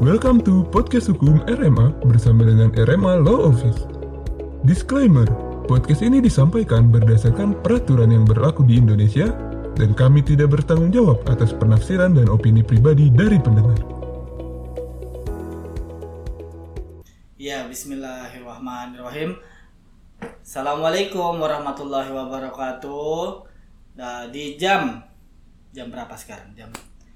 Welcome to Podcast Hukum RMA bersama dengan RMA Law Office. Disclaimer, podcast ini disampaikan berdasarkan peraturan yang berlaku di Indonesia dan kami tidak bertanggung jawab atas penafsiran dan opini pribadi dari pendengar. Ya, bismillahirrahmanirrahim. Assalamualaikum warahmatullahi wabarakatuh. Nah, di jam berapa sekarang? Jam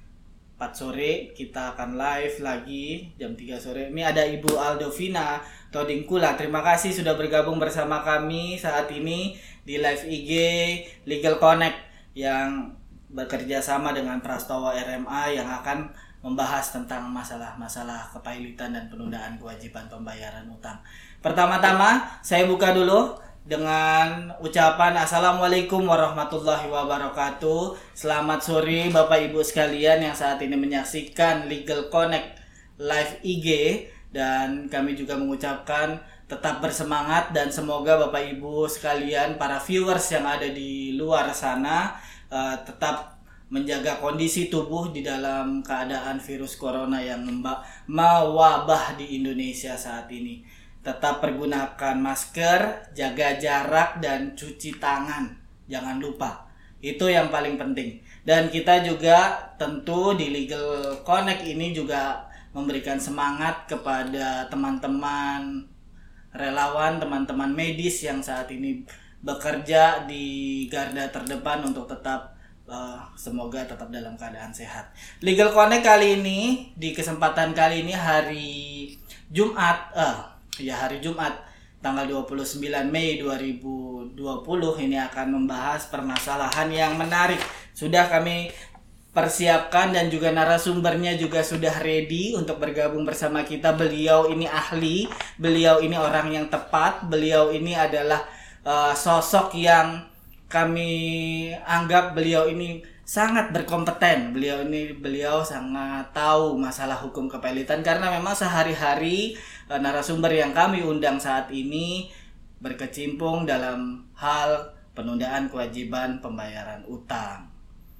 4 sore kita akan live lagi jam 3 sore. Ini ada Ibu Aldovina Todingkula. Terima kasih sudah bergabung bersama kami saat ini di live IG Legal Connect yang bekerja sama dengan Prastowo RMA yang akan membahas tentang masalah-masalah kepailitan dan penundaan kewajiban pembayaran utang. Pertama-tama saya buka dulu dengan ucapan Assalamualaikum warahmatullahi wabarakatuh. Selamat sore Bapak Ibu sekalian yang saat ini menyaksikan Legal Connect live IG. Dan kami juga mengucapkan tetap bersemangat dan semoga Bapak Ibu sekalian, para viewers yang ada di luar sana, tetap menjaga kondisi tubuh di dalam keadaan virus corona yang mewabah di Indonesia saat ini. Tetap pergunakan masker, jaga jarak, dan cuci tangan. Jangan lupa. Itu yang paling penting. Dan kita juga tentu di Legal Connect ini juga memberikan semangat kepada teman-teman relawan, teman-teman medis yang saat ini bekerja di garda terdepan untuk tetap semoga tetap dalam keadaan sehat. Legal Connect kali ini, di kesempatan kali ini hari Jumat, hari Jumat tanggal 29 Mei 2020 ini akan membahas permasalahan yang menarik. Sudah kami persiapkan dan juga narasumbernya juga sudah ready untuk bergabung bersama kita. Beliau ini ahli, beliau ini orang yang tepat, beliau ini adalah sosok yang kami anggap beliau ini sangat berkompeten. Beliau sangat tahu masalah hukum kepailitan karena memang sehari-hari narasumber yang kami undang saat ini berkecimpung dalam hal penundaan kewajiban pembayaran utang.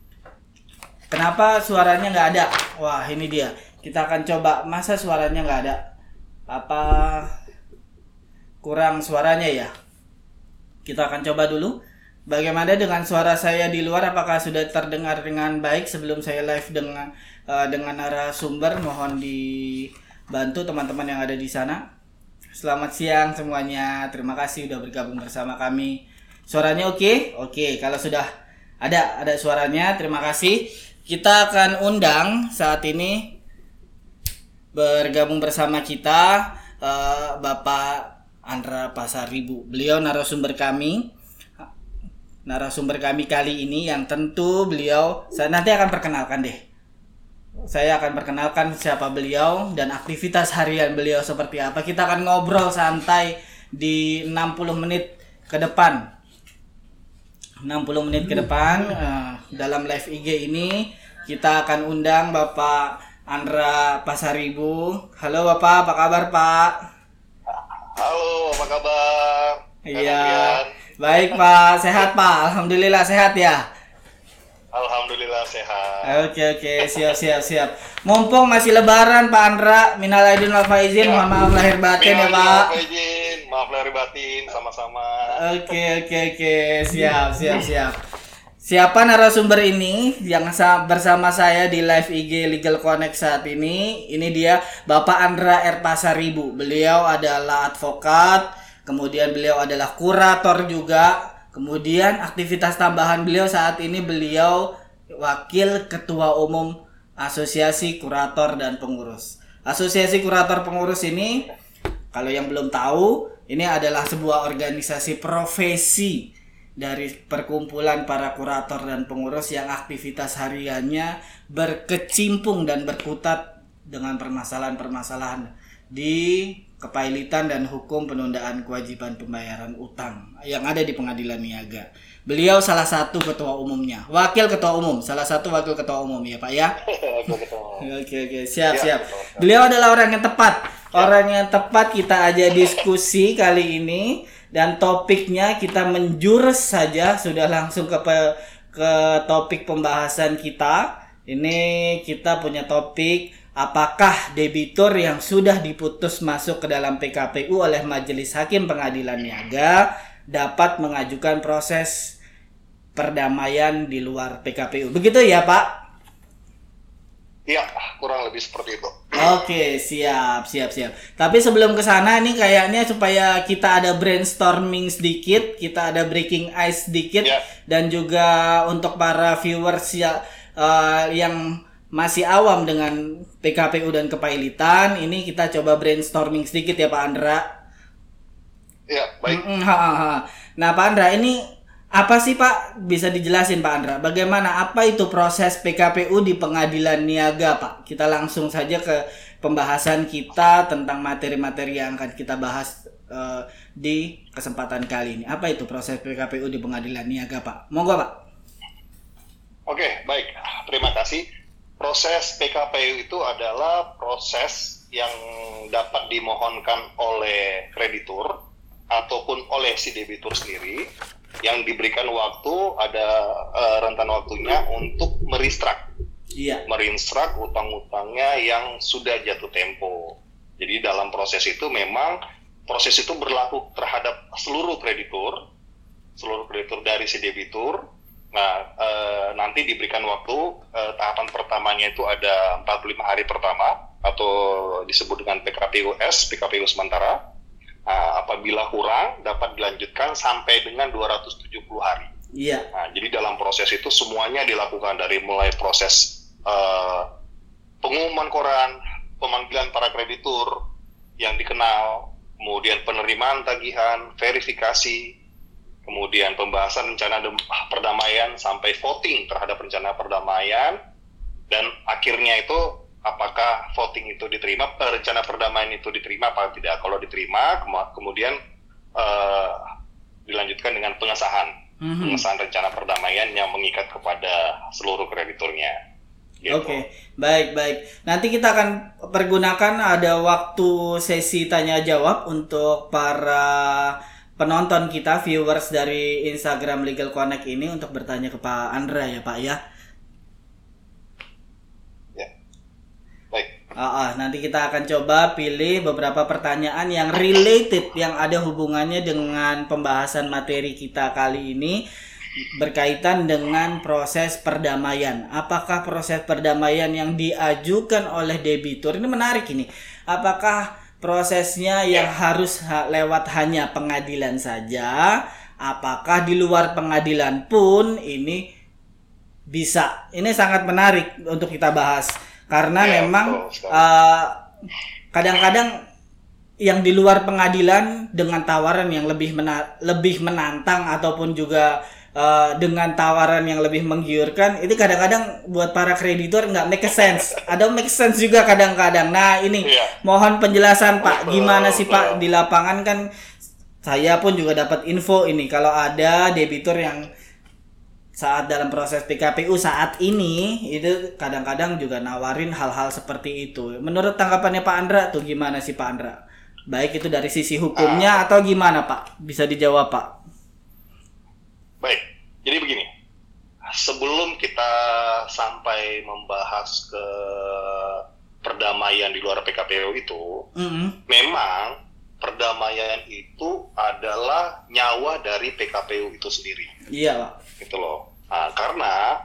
Kenapa suaranya nggak ada? Wah, ini dia. Kita akan coba. Masa suaranya nggak ada? Apa kurang suaranya ya? Kita akan coba dulu. Bagaimana dengan suara saya di luar? Apakah sudah terdengar dengan baik sebelum saya live dengan narasumber? Mohon dibantu teman-teman yang ada di sana. Selamat siang semuanya. Terima kasih sudah bergabung bersama kami. Suaranya oke? Oke, kalau sudah ada suaranya, terima kasih. Kita akan undang saat ini bergabung bersama kita Bapak Andra Pasaribu. Beliau narasumber kami kali ini yang tentu beliau saya nanti akan perkenalkan deh. Saya akan perkenalkan siapa beliau dan aktivitas harian beliau seperti apa. Kita akan ngobrol santai di 60 menit ke depan. 60 menit ke depan dalam live IG ini kita akan undang Bapak Andra Pasaribu. Halo Bapak, apa kabar Pak? Halo, apa kabar? Iya. Baik Pak, sehat Pak. Alhamdulillah sehat ya. Alhamdulillah sehat. Oke, siap. Mumpung masih lebaran Pak Andra, minal aidin wal faizin, mohon maaf lahir batin ya Pak. Maaf lahir batin, sama-sama. Oke, siap. Siapa narasumber ini yang bersama saya di live IG Legal Connect saat ini? Ini dia Bapak Andra R. Pasaribu. Beliau adalah advokat, kemudian beliau adalah kurator juga. Kemudian aktivitas tambahan beliau saat ini beliau wakil ketua umum Asosiasi Kurator dan Pengurus. Asosiasi Kurator Pengurus ini, kalau yang belum tahu, ini adalah sebuah organisasi profesi dari perkumpulan para kurator dan pengurus yang aktivitas hariannya berkecimpung dan berkutat dengan permasalahan-permasalahan di kepailitan dan hukum penundaan kewajiban pembayaran utang yang ada di Pengadilan Niaga. Beliau salah satu ketua umumnya, salah satu wakil ketua umum ya Pak ya. Oke, siap. Beliau adalah orang yang tepat kita aja diskusi kali ini dan topiknya kita menjurus saja sudah langsung ke topik pembahasan kita. Ini kita punya topik apakah debitur yang sudah diputus masuk ke dalam PKPU oleh Majelis Hakim Pengadilan Niaga dapat mengajukan proses perdamaian di luar PKPU. Begitu ya, Pak? Iya, kurang lebih seperti itu. Oke, siap. Tapi sebelum ke sana nih kayaknya supaya kita ada brainstorming sedikit, kita ada breaking ice sedikit, dan juga untuk para viewers yang masih awam dengan PKPU dan kepailitan, ini kita coba brainstorming sedikit ya Pak Andra. Iya, baik. Nah Pak Andra, ini apa sih Pak? Bisa dijelasin Pak Andra, bagaimana, apa itu proses PKPU di Pengadilan Niaga Pak? Kita langsung saja ke pembahasan kita tentang materi-materi yang akan kita bahas di kesempatan kali ini. Apa itu proses PKPU di Pengadilan Niaga Pak? Monggo Pak. Oke, baik. Terima kasih. Proses PKPU itu adalah proses yang dapat dimohonkan oleh kreditur ataupun oleh si debitur sendiri, yang diberikan waktu, ada rentan waktunya untuk merinstrak utang-utangnya yang sudah jatuh tempo. Jadi dalam proses itu memang proses itu berlaku terhadap seluruh kreditur dari si debitur. Nah, nanti diberikan waktu, tahapan pertamanya itu ada 45 hari pertama atau disebut dengan PKPU sementara. Nah, apabila kurang dapat dilanjutkan sampai dengan 270 hari. Iya. Nah, jadi dalam proses itu semuanya dilakukan dari mulai proses pengumuman koran, pemanggilan para kreditur yang dikenal, kemudian penerimaan tagihan, verifikasi, kemudian pembahasan rencana perdamaian sampai voting terhadap rencana perdamaian, dan akhirnya itu apakah voting itu diterima, rencana perdamaian itu diterima apa tidak. Kalau diterima, kemudian dilanjutkan dengan pengesahan rencana perdamaian yang mengikat kepada seluruh krediturnya. Gitu. Oke, baik. Nanti kita akan pergunakan ada waktu sesi tanya jawab untuk para penonton kita, viewers dari Instagram Legal Connect ini, untuk bertanya ke Pak Andra ya Pak ya. Nanti kita akan coba pilih beberapa pertanyaan yang related, yang ada hubungannya dengan pembahasan materi kita kali ini, berkaitan dengan proses perdamaian. Apakah proses perdamaian yang diajukan oleh debitur ini menarik ini? Apakah prosesnya yang harus lewat hanya pengadilan saja? Apakah di luar pengadilan pun ini bisa? Ini sangat menarik untuk kita bahas. Karena memang kadang-kadang yang di luar pengadilan dengan tawaran yang lebih menantang ataupun juga dengan tawaran yang lebih menggiurkan, itu kadang-kadang buat para kreditur nggak make sense. Ada make sense juga kadang-kadang. Nah ini mohon penjelasan Pak, gimana sih Pak di lapangan? Kan saya pun juga dapat info ini, kalau ada debitur yang saat dalam proses PKPU saat ini itu kadang-kadang juga nawarin hal-hal seperti itu. Menurut tanggapannya Pak Andra tuh gimana sih Pak Andra? Baik itu dari sisi hukumnya atau gimana Pak? Bisa dijawab Pak. Baik, jadi begini. Sebelum kita sampai membahas ke perdamaian di luar PKPU itu, memang perdamaian itu adalah nyawa dari PKPU itu sendiri. Iya Pak. Gitu loh. Nah, karena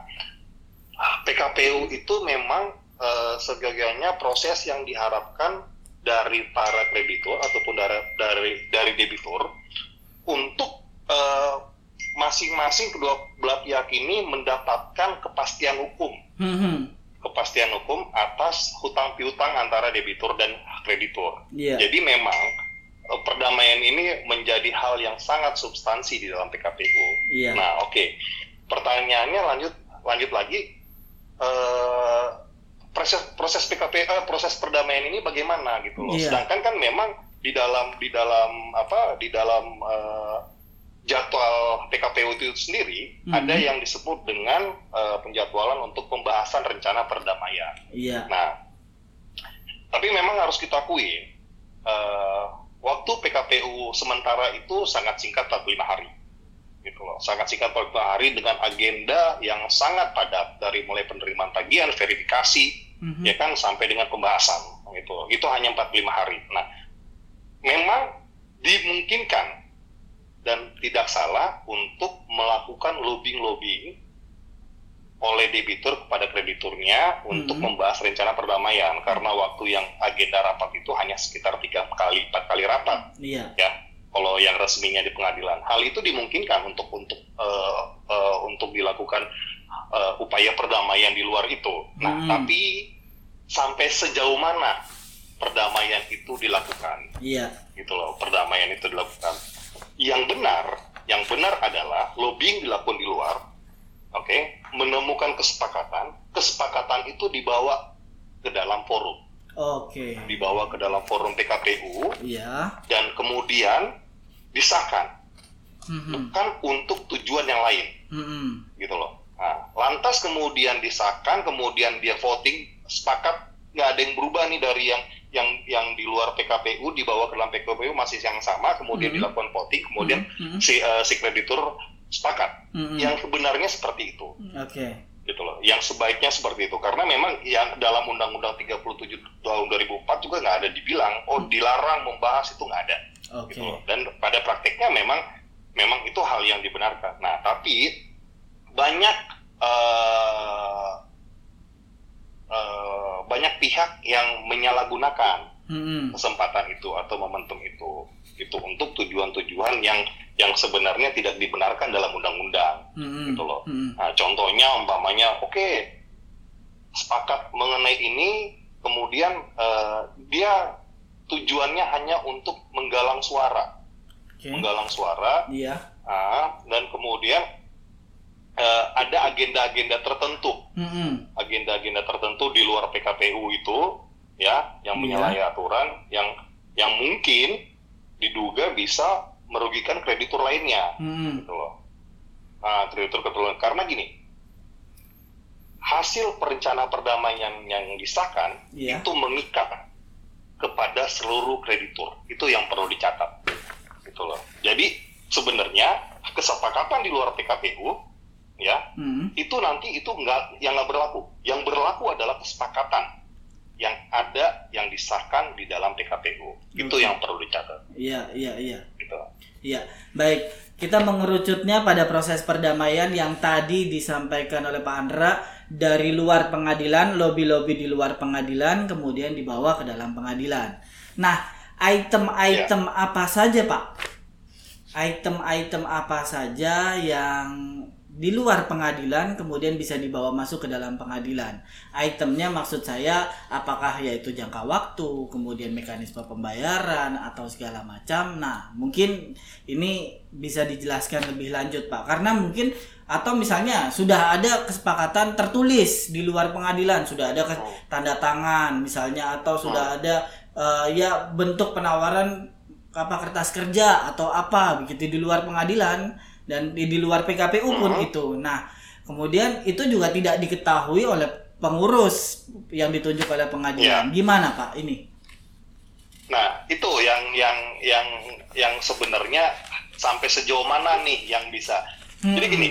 PKPU itu memang segaganya proses yang diharapkan dari para kreditur ataupun dari debitur untuk masing-masing kedua belah pihak ini mendapatkan kepastian hukum. Kepastian hukum atas hutang piutang antara debitur dan kreditur. Jadi memang perdamaian ini menjadi hal yang sangat substansi di dalam PKPU. Nah, oke. Pertanyaannya lanjut lagi, proses PKPU, proses perdamaian ini bagaimana gitu loh. Sedangkan kan memang di dalam jadwal PKPU itu sendiri ada yang disebut dengan penjadwalan untuk pembahasan rencana perdamaian. Nah, tapi memang harus kita akui waktu PKPU sementara itu sangat singkat, 45 hari. Gitu loh. Sangat singkat 45 hari dengan agenda yang sangat padat, dari mulai penerimaan tagihan, verifikasi, ya kan, sampai dengan pembahasan gitu. Itu hanya 45 hari. Nah, memang dimungkinkan dan tidak salah untuk melakukan lobbying oleh debitur kepada krediturnya untuk membahas rencana perdamaian, karena waktu yang agenda rapat itu hanya sekitar 4 kali rapat. Iya. Ya, kalau yang resminya di pengadilan, hal itu dimungkinkan untuk dilakukan upaya perdamaian di luar itu. Nah, tapi sampai sejauh mana perdamaian itu dilakukan? Iya. Gitu loh, perdamaian itu dilakukan. Yang benar adalah lobbying dilakukan di luar. Oke, menemukan kesepakatan itu dibawa ke dalam forum. Oke. Dibawa ke dalam forum PKPU. Iya. Dan kemudian disahkan. Bukan untuk tujuan yang lain. Gitu loh. Nah, lantas kemudian disahkan, kemudian dia voting, sepakat, nggak ada yang berubah nih dari yang di luar PKPU, dibawa ke dalam PKPU masih yang sama, kemudian dilakukan voting, kemudian si kreditur sepakat. Yang sebenarnya seperti itu. Oke. Gitu loh. Yang sebaiknya seperti itu, karena memang yang dalam Undang-Undang 37 tahun 2004 juga nggak ada dibilang dilarang membahas, itu nggak ada. Oke. Gitu loh. Dan pada prakteknya memang itu hal yang dibenarkan. Nah, tapi banyak pihak yang menyalahgunakan kesempatan itu atau momentum itu untuk tujuan-tujuan yang sebenarnya tidak dibenarkan dalam undang-undang. Gitu loh. Nah, contohnya umpamanya, sepakat mengenai ini, kemudian dia tujuannya hanya untuk menggalang suara. Iya. Dan kemudian ada agenda-agenda tertentu, agenda-agenda tertentu di luar PKPU itu, ya, yang menyalahi aturan, yang mungkin diduga bisa merugikan kreditur lainnya, gitu loh. Nah, kreditur karena gini, hasil perencanaan perdamaian yang disahkan itu mengikat kepada seluruh kreditur, itu yang perlu dicatat, gitu loh. Jadi sebenarnya kesepakatan di luar PKPU, ya, itu nanti itu nggak berlaku. Yang berlaku adalah kesepakatan yang ada, yang disahkan di dalam PKPU. Itu yang perlu dicatat. Iya. Gitu. Iya, baik. Kita mengerucutnya pada proses perdamaian yang tadi disampaikan oleh Pak Andra, dari luar pengadilan, lobby-lobby di luar pengadilan, kemudian dibawa ke dalam pengadilan. Nah, item-item apa saja, Pak? Item-item apa saja yang di luar pengadilan kemudian bisa dibawa masuk ke dalam pengadilan? Itemnya maksud saya apakah yaitu jangka waktu, kemudian mekanisme pembayaran atau segala macam. Nah, mungkin ini bisa dijelaskan lebih lanjut, Pak, karena mungkin atau misalnya sudah ada kesepakatan tertulis di luar pengadilan, sudah ada tanda tangan misalnya, atau sudah ada ya bentuk penawaran kertas kerja atau apa begitu di luar pengadilan dan di luar PKPU pun itu. Nah, kemudian itu juga tidak diketahui oleh pengurus yang ditunjuk oleh pengadilan. Gimana, Pak, ini? Nah, itu yang sebenarnya sampai sejauh mana nih yang bisa. Jadi gini,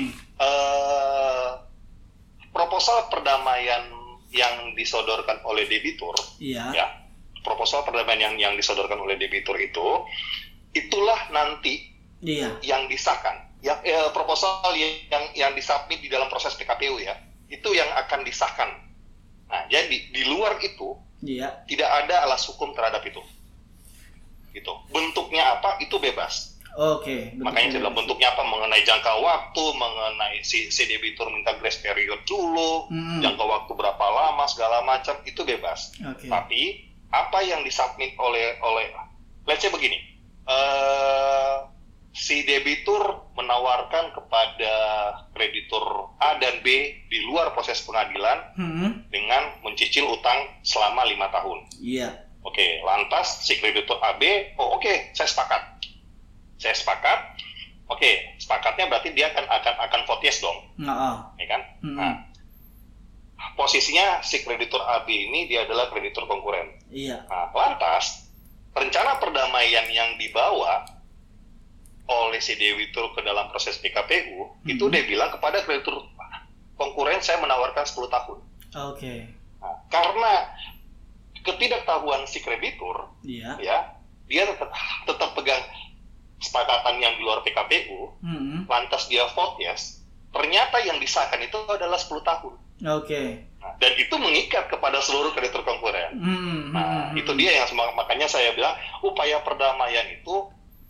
proposal perdamaian yang disodorkan oleh debitur, proposal perdamaian yang disodorkan oleh debitur itulah nanti yang disahkan. Proposal yang disubmit di dalam proses PKPU, ya, itu yang akan disahkan. Nah, jadi di luar itu tidak ada alas hukum terhadap itu. Gitu. Bentuknya apa itu bebas. Oke. Makanya dalam bentuknya apa, mengenai jangka waktu, mengenai si debitur minta grace period dulu, jangka waktu berapa lama, segala macam itu bebas. Tapi apa yang disubmit oleh let's say begini, si debitur menawarkan kepada kreditur A dan B di luar proses pengadilan dengan mencicil utang selama 5 tahun. Iya. Oke, lantas si kreditur AB, saya sepakat. Oke, sepakatnya berarti dia akan vote yes dong. Ya kan? Nah, posisinya si kreditur AB ini dia adalah kreditur konkuren. Iya. Nah, lantas rencana perdamaian yang dibawa oleh si debitur ke dalam proses PKPU itu dia bilang kepada kreditur konkuren, saya menawarkan 10 tahun. Oke. Nah, karena ketidaktahuan si kreditur, Iya. ya, dia tetap pegang kesepakatan yang di luar PKPU, lantas dia vote yes, ternyata yang disahkan itu adalah 10 tahun. Oke. Nah, dan itu mengikat kepada seluruh kreditur konkuren. Nah, itu dia yang makanya saya bilang upaya perdamaian itu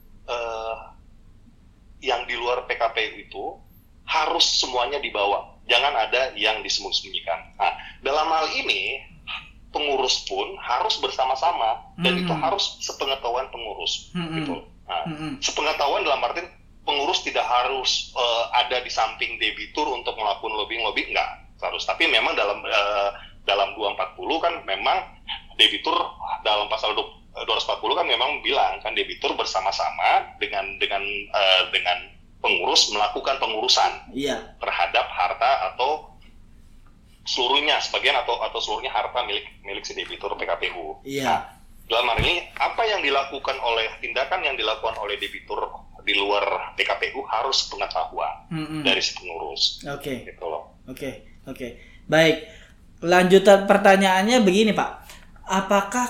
yang di luar PKPU itu harus semuanya dibawa. Jangan ada yang disembunyikan. Nah, dalam hal ini pengurus pun harus bersama-sama dan itu harus sepengetahuan pengurus. Gitu. Nah, sepengetahuan dalam arti pengurus tidak harus ada di samping debitur untuk melakukan lobbying enggak harus. Tapi memang dalam 240 kan memang debitur dalam pasal 240 kan memang bilang kan debitur bersama-sama dengan pengurus melakukan pengurusan terhadap harta atau seluruhnya, sebagian atau seluruhnya harta milik si debitur PKPU. Nah, dalam hal ini apa yang dilakukan oleh tindakan yang dilakukan oleh debitur di luar PKPU harus pengetahuan dari si pengurus. Oke. Gitu loh. Oke. Baik. Lanjutan pertanyaannya begini, Pak. Apakah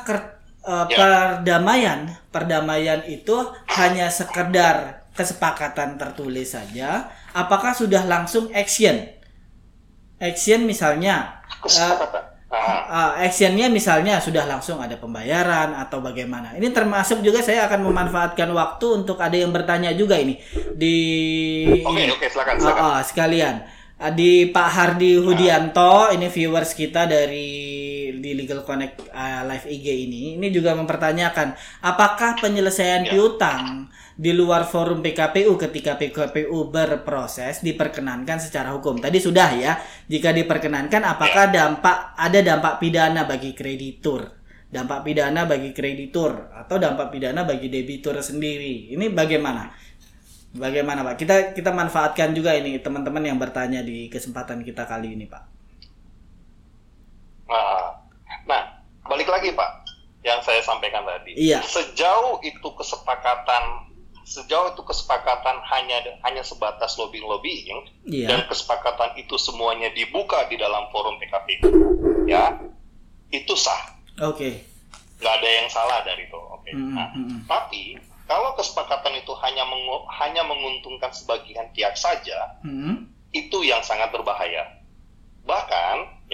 perdamaian itu hanya sekedar kesepakatan tertulis saja? Apakah sudah langsung action? Action misalnya actionnya misalnya sudah langsung ada pembayaran atau bagaimana? Ini termasuk juga saya akan memanfaatkan waktu untuk ada yang bertanya juga ini di. Oke, silakan. Sekalian di Pak Hardi Hudianto, ini viewers kita di Legal Connect Live IG ini juga mempertanyakan apakah penyelesaian piutang di luar forum PKPU ketika PKPU berproses diperkenankan secara hukum. Tadi sudah ya, jika diperkenankan apakah ada dampak pidana bagi kreditur, dampak pidana bagi kreditur atau dampak pidana bagi debitur sendiri. Ini bagaimana Pak? Kita manfaatkan juga ini teman-teman yang bertanya di kesempatan kita kali ini, Pak. Nah, balik lagi Pak, yang saya sampaikan tadi. Iya. Sejauh itu kesepakatan hanya sebatas lobbying, dan kesepakatan itu semuanya dibuka di dalam forum PKPU, ya, itu sah. Oke. Nggak ada yang salah dari itu. Oke. Tapi kalau kesepakatan itu hanya menguntungkan sebagian pihak saja, itu yang sangat berbahaya. Bahkan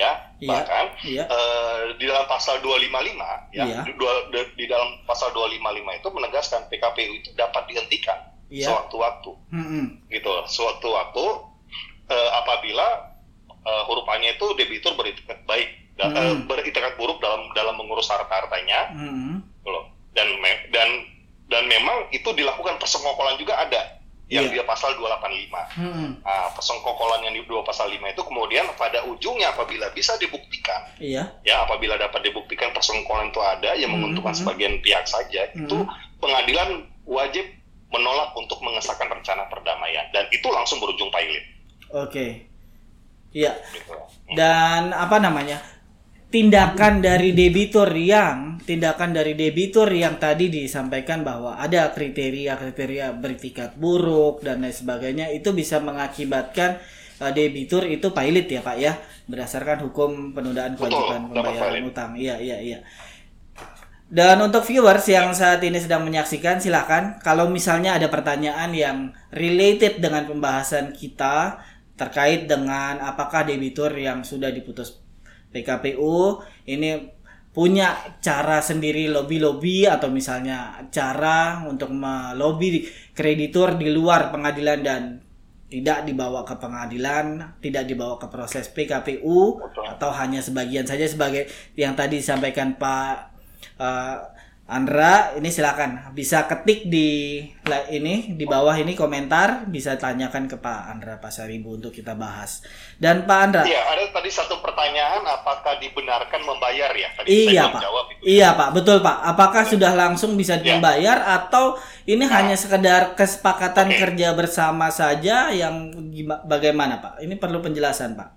di dalam pasal 255 di dalam pasal 255 itu menegaskan PKPU itu dapat dihentikan sewaktu-waktu. Gitu. Sewaktu-waktu apabila huruf A-nya itu debitur beritikat baik beritikat buruk dalam mengurus harta-hartanya. Dan memang itu dilakukan persengkokolan juga ada yang di pasal 285. Persengkokolan yang di pasal 5 itu kemudian pada ujungnya apabila bisa dibuktikan, apabila dapat dibuktikan persengkokolan itu ada yang menguntungkan sebagian pihak saja, itu pengadilan wajib menolak untuk mengesahkan rencana perdamaian dan itu langsung berujung pailit. Oke. Iya. Gitu. Dan tindakan dari debitur yang tadi disampaikan bahwa ada kriteria beretikat buruk dan lain sebagainya, itu bisa mengakibatkan debitur itu pailit ya Pak ya, berdasarkan hukum penundaan kewajiban pembayaran utang. Iya. Dan untuk viewers yang saat ini sedang menyaksikan, silakan kalau misalnya ada pertanyaan yang related dengan pembahasan kita terkait dengan apakah debitur yang sudah diputus PKPU ini punya cara sendiri lobby atau misalnya cara untuk melobi kreditur di luar pengadilan dan tidak dibawa ke pengadilan, tidak dibawa ke proses PKPU, atau hanya sebagian saja sebagai yang tadi disampaikan Pak Andra, ini silakan bisa ketik di bawah ini komentar, bisa tanyakan ke Pak Andra Pasaribu untuk kita bahas. Dan Pak Andra, iya, ada tadi satu pertanyaan, apakah dibenarkan membayar ya? Tadi iya Pak. Jawab itu. Iya Pak, betul Pak. Apakah sudah langsung bisa membayar atau ini hanya sekedar kesepakatan kerja bersama saja yang bagaimana Pak? Ini perlu penjelasan Pak.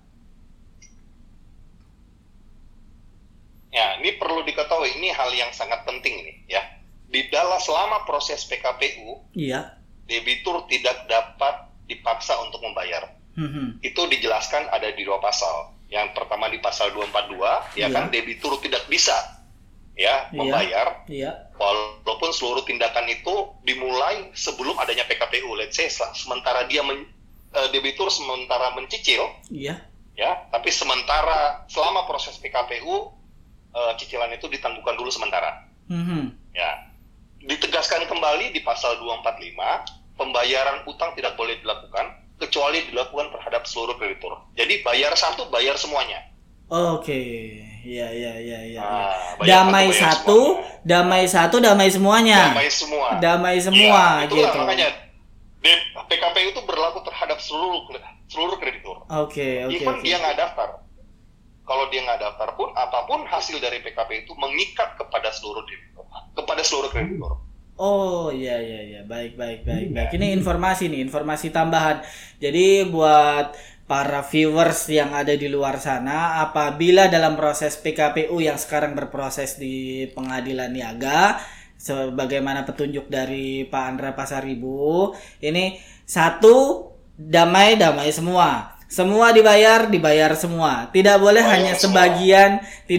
Ya, ini perlu diketahui, ini hal yang sangat penting nih ya. Selama proses PKPU, debitur tidak dapat dipaksa untuk membayar. Itu dijelaskan ada di 2 pasal Yang pertama di pasal 242, ya kan, debitur tidak bisa ya membayar, walaupun seluruh tindakan itu dimulai sebelum adanya PKPU. Let's say sementara dia debitur sementara mencicil, ya, tapi selama proses PKPU cicilan itu ditangguhkan dulu sementara. Ya, ditegaskan kembali di pasal 245, pembayaran utang tidak boleh dilakukan kecuali dilakukan terhadap seluruh kreditur. Jadi bayar satu, bayar semuanya. Oke, iya. Damai satu, damai semuanya. Damai semua, ya, gitu. Makanya PKPU itu berlaku terhadap seluruh kreditur. Oke. Even dia nggak daftar. Kalau dia nggak daftar pun, apapun hasil dari PKPU itu mengikat kepada seluruh kreditur. Oh iya, baik. Ini informasi tambahan. Jadi buat para viewers yang ada di luar sana, apabila dalam proses PKPU yang sekarang berproses di Pengadilan Niaga, sebagaimana petunjuk dari Pak Andra Pasaribu, ini satu, damai semua. Semua dibayar semua. Tidak boleh hanya sebagian,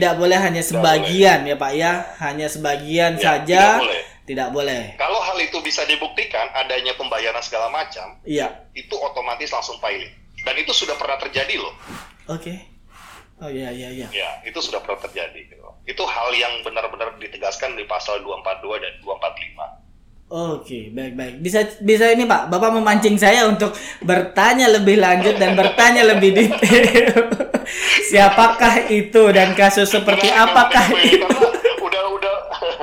ya Pak ya, hanya sebagian saja. Tidak boleh. Kalau hal itu bisa dibuktikan adanya pembayaran segala macam, itu otomatis langsung pilot. Dan itu sudah pernah terjadi loh. Oke. Oh iya. Ya, itu sudah pernah terjadi. Gitu. Itu hal yang benar-benar ditegaskan di pasal 242 dan 245. Oke, baik. Bisa ini Pak, Bapak memancing saya untuk bertanya lebih lanjut dan bertanya lebih detail. Siapakah itu dan kasus seperti apakah itu? Udah.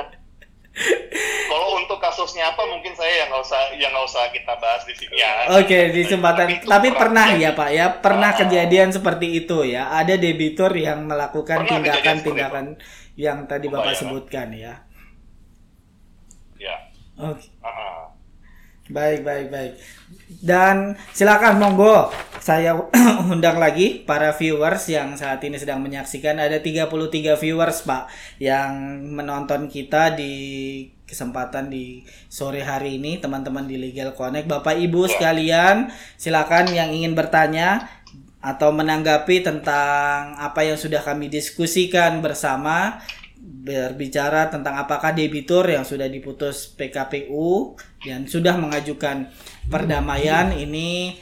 Kalau untuk kasusnya apa mungkin saya yang nggak usah kita bahas di sini ya. Oke, di kesempatan. Tapi pernah ya Pak ya, pernah kejadian seperti itu ya. Ada debitur yang melakukan tindakan yang tadi Bapak sebutkan ya. Ya. Oke. Baik. Dan silakan monggo saya undang lagi para viewers yang saat ini sedang menyaksikan. Ada 33 viewers Pak yang menonton kita di kesempatan di sore hari ini, teman-teman di Legal Connect. Bapak Ibu sekalian, silakan yang ingin bertanya atau menanggapi tentang apa yang sudah kami diskusikan bersama, berbicara tentang apakah debitur yang sudah diputus PKPU dan sudah mengajukan perdamaian ini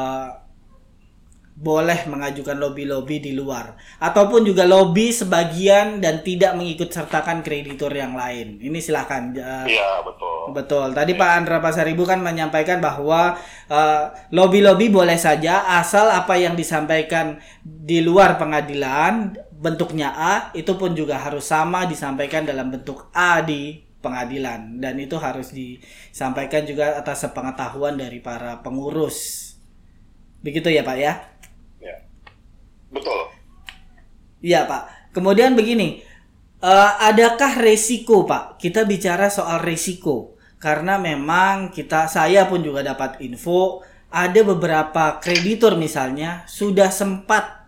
boleh mengajukan lobby di luar ataupun juga lobby sebagian dan tidak mengikut sertakan kreditur yang lain. Ini silakan. Iya, betul. Tadi Pak Andra Pasaribu kan menyampaikan bahwa lobby boleh saja asal apa yang disampaikan di luar pengadilan bentuknya A, itu pun juga harus sama disampaikan dalam bentuk A di pengadilan, dan itu harus disampaikan juga atas sepengetahuan dari para pengurus. Begitu ya Pak ya? Ya, betul. Iya Pak. Kemudian begini, adakah resiko Pak? Kita bicara soal resiko, karena memang saya pun juga dapat info, ada beberapa kreditur misalnya sudah sempat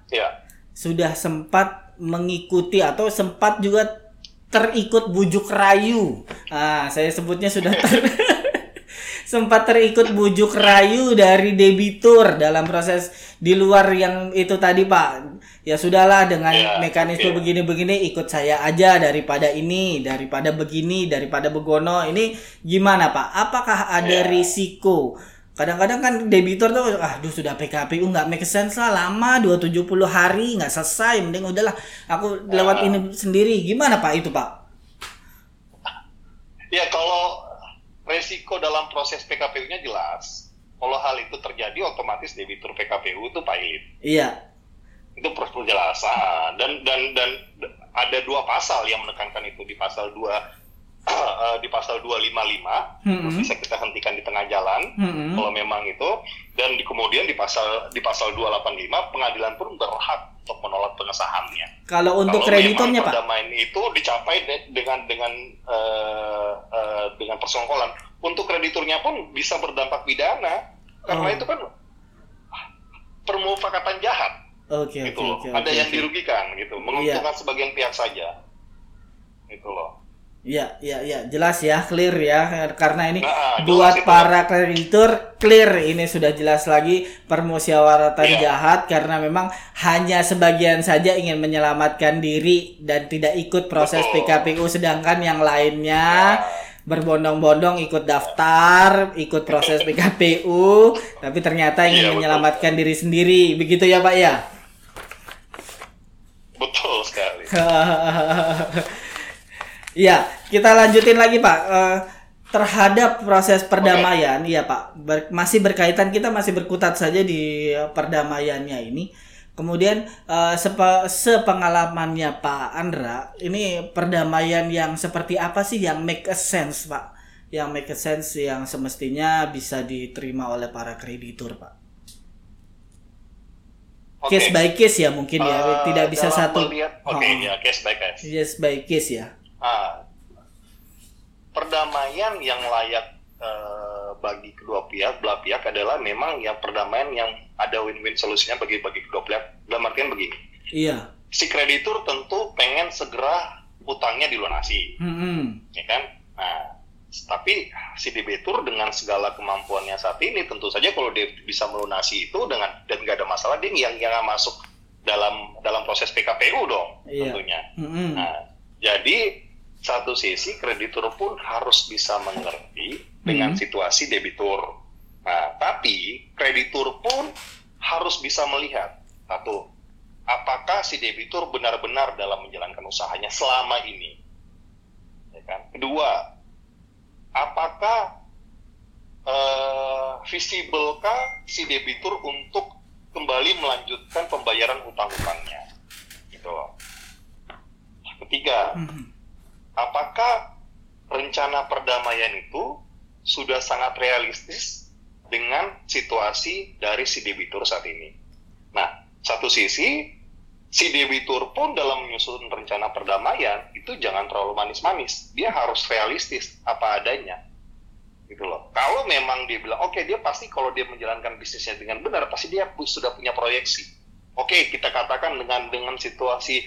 mengikuti atau sempat juga terikut bujuk rayu. Saya sebutnya sudah sempat terikut bujuk rayu dari debitur dalam proses di luar yang itu tadi Pak. Ya sudahlah, dengan mekanisme begini-begini ikut saya aja daripada begini, daripada begono. Ini gimana Pak? Apakah ada risiko? Kadang-kadang kan debitur tuh, sudah PKPU nggak make sense lah, lama 270 hari nggak selesai, mending udahlah aku lewat ini sendiri. Gimana Pak itu Pak? Ya, kalau resiko dalam proses PKPU-nya jelas. Kalau hal itu terjadi, otomatis debitur PKPU itu pilot. Iya. Itu penjelasan. Dan ada dua pasal yang menekankan itu, di pasal 255 bisa kita hentikan di tengah jalan kalau memang itu, dan kemudian di pasal 285 pengadilan pun berhak untuk menolak pengesahannya. Kalau untuk kreditornya Pak, perdamaian itu dicapai dengan persekongkolan. Untuk krediturnya pun bisa berdampak pidana karena itu kan permufakatan jahat. Ada yang dirugikan gitu, menguntungkan sebagian pihak saja. Itu loh. Iya, jelas ya, clear ya. Karena ini jelas buat para kreditur clear, ini sudah jelas lagi permusyawaratan jahat karena memang hanya sebagian saja ingin menyelamatkan diri dan tidak ikut proses PKPU, sedangkan yang lainnya berbondong-bondong ikut daftar, ikut proses PKPU, tapi ternyata ingin menyelamatkan diri sendiri. Begitu ya, Pak ya? Betul sekali. Iya, kita lanjutin lagi Pak. Terhadap proses perdamaian, iya Pak, masih berkaitan, kita masih berkutat saja di perdamaiannya ini. Kemudian sepengalamannya Pak Andra, ini perdamaian yang seperti apa sih yang make a sense Pak? Yang make a sense yang semestinya bisa diterima oleh para kreditur Pak? Case by case ya mungkin ya, tidak bisa satu. Case by case. Case by case ya. Perdamaian yang layak bagi kedua belah pihak adalah memang yang perdamaian yang ada win-win solusinya bagi kedua pihak. Dalam artian begini. Iya. Si kreditur tentu pengen segera utangnya dilunasi, ya kan? Nah, tapi si debitur dengan segala kemampuannya saat ini tentu saja kalau dia bisa melunasi itu dan nggak ada masalah, dia yang masuk dalam proses PKPU dong, tentunya. Nah, jadi satu sisi kreditur pun harus bisa mengerti dengan situasi debitur. Nah, tapi kreditur pun harus bisa melihat satu, apakah si debitur benar-benar dalam menjalankan usahanya selama ini, ya kan? Kedua, apakah visible-kah si debitur untuk kembali melanjutkan pembayaran utang-utangnya, gitu loh. Ketiga, apakah rencana perdamaian itu sudah sangat realistis dengan situasi dari si debitur saat ini. Nah, satu sisi, si debitur pun dalam menyusun rencana perdamaian itu jangan terlalu manis-manis. Dia harus realistis apa adanya. Gitu loh. Kalau memang dia bilang, oke, dia pasti kalau dia menjalankan bisnisnya dengan benar, pasti dia sudah punya proyeksi. Oke, kita katakan dengan situasi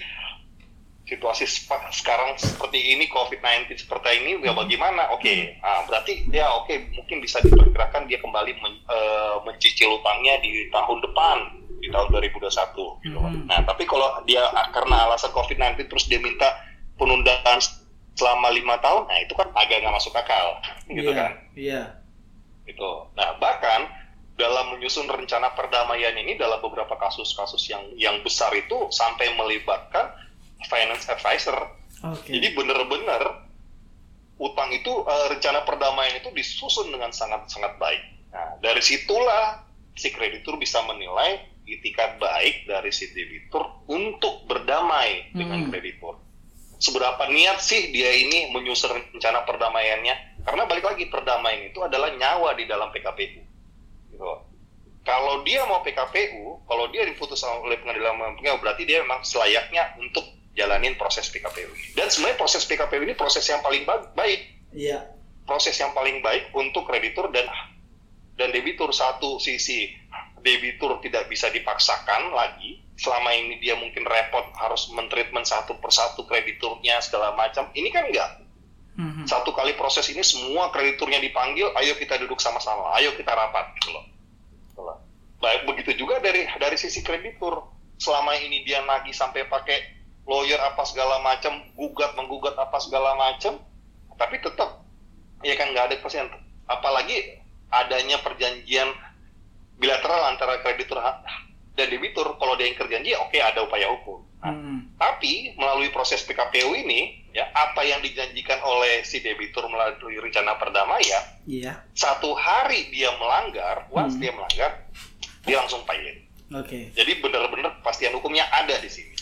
sekarang seperti ini, COVID-19 seperti ini, ya bagaimana? Berarti dia mungkin bisa diperkirakan dia kembali mencicil utangnya di tahun depan, di tahun 2021. Gitu. Nah, tapi kalau dia karena alasan COVID-19 terus dia minta penundaan selama 5 tahun, nah itu kan agak nggak masuk akal, gitu kan? Iya. Gitu. Nah, bahkan dalam menyusun rencana perdamaian ini dalam beberapa kasus-kasus yang besar itu sampai melibatkan finance advisor. Jadi benar-benar utang itu rencana perdamaian itu disusun dengan sangat-sangat baik. Nah, dari situlah si kreditur bisa menilai itikat baik dari si debitur untuk berdamai dengan kreditur. Seberapa niat sih dia ini menyusun rencana perdamaiannya? Karena balik lagi, perdamaian itu adalah nyawa di dalam PKPU. Gitu. Kalau dia mau PKPU, kalau dia diputus oleh pengadilan, berarti dia memang selayaknya untuk jalanin proses PKPU. Dan sebenarnya proses PKPU ini proses yang paling baik. Iya. Proses yang paling baik untuk kreditur dan debitur. Satu sisi debitur tidak bisa dipaksakan lagi. Selama ini dia mungkin repot harus mentreatment satu persatu krediturnya segala macam. Ini kan enggak. Satu kali proses ini semua krediturnya dipanggil, ayo kita duduk sama-sama, ayo kita rapat gitu loh. Baik, begitu juga dari sisi kreditur. Selama ini dia nagih sampai pakai lawyer apa segala macam, menggugat apa segala macam, tapi tetap ya kan nggak ada persen. Apalagi adanya perjanjian bilateral antara kreditur dan debitur, kalau dia ingkar janji, ada upaya hukum. Tapi melalui proses PKPU ini, ya apa yang dijanjikan oleh si debitur melalui rencana perdamaian, satu hari dia melanggar, once dia melanggar, dia langsung pilot. Jadi benar-benar kepastian hukumnya ada di sini.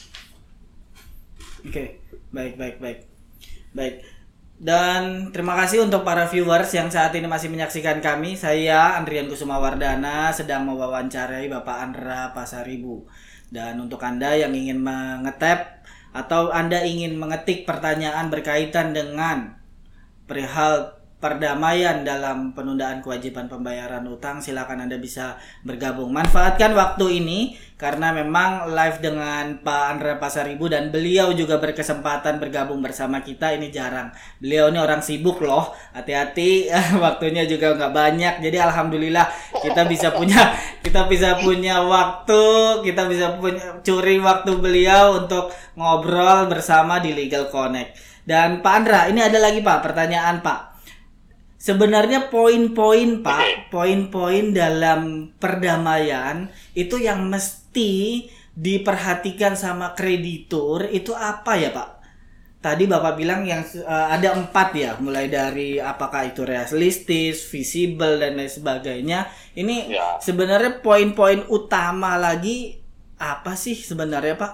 Baik. Dan terima kasih untuk para viewers yang saat ini masih menyaksikan kami. Saya Andrian Kusuma Wardana sedang mewawancarai Bapak Andra Pasaribu. Dan untuk Anda yang ingin mengetap atau Anda ingin mengetik pertanyaan berkaitan dengan perihal perdamaian dalam penundaan kewajiban pembayaran utang, silakan Anda bisa bergabung. Manfaatkan waktu ini karena memang live dengan Pak Andra Pasaribu dan beliau juga berkesempatan bergabung bersama kita. Ini jarang. Beliau ini orang sibuk loh. Hati-hati, waktunya juga nggak banyak. Jadi alhamdulillah kita bisa punya waktu, kita bisa curi waktu beliau untuk ngobrol bersama di Legal Connect. Dan Pak Andra, ini ada lagi Pak pertanyaan Pak. Sebenarnya poin-poin Pak, poin-poin dalam perdamaian itu yang mesti diperhatikan sama kreditur itu apa ya Pak? Tadi Bapak bilang yang ada 4 ya, mulai dari apakah itu realistis, visible dan lain sebagainya. Ini sebenarnya poin-poin utama lagi apa sih sebenarnya Pak?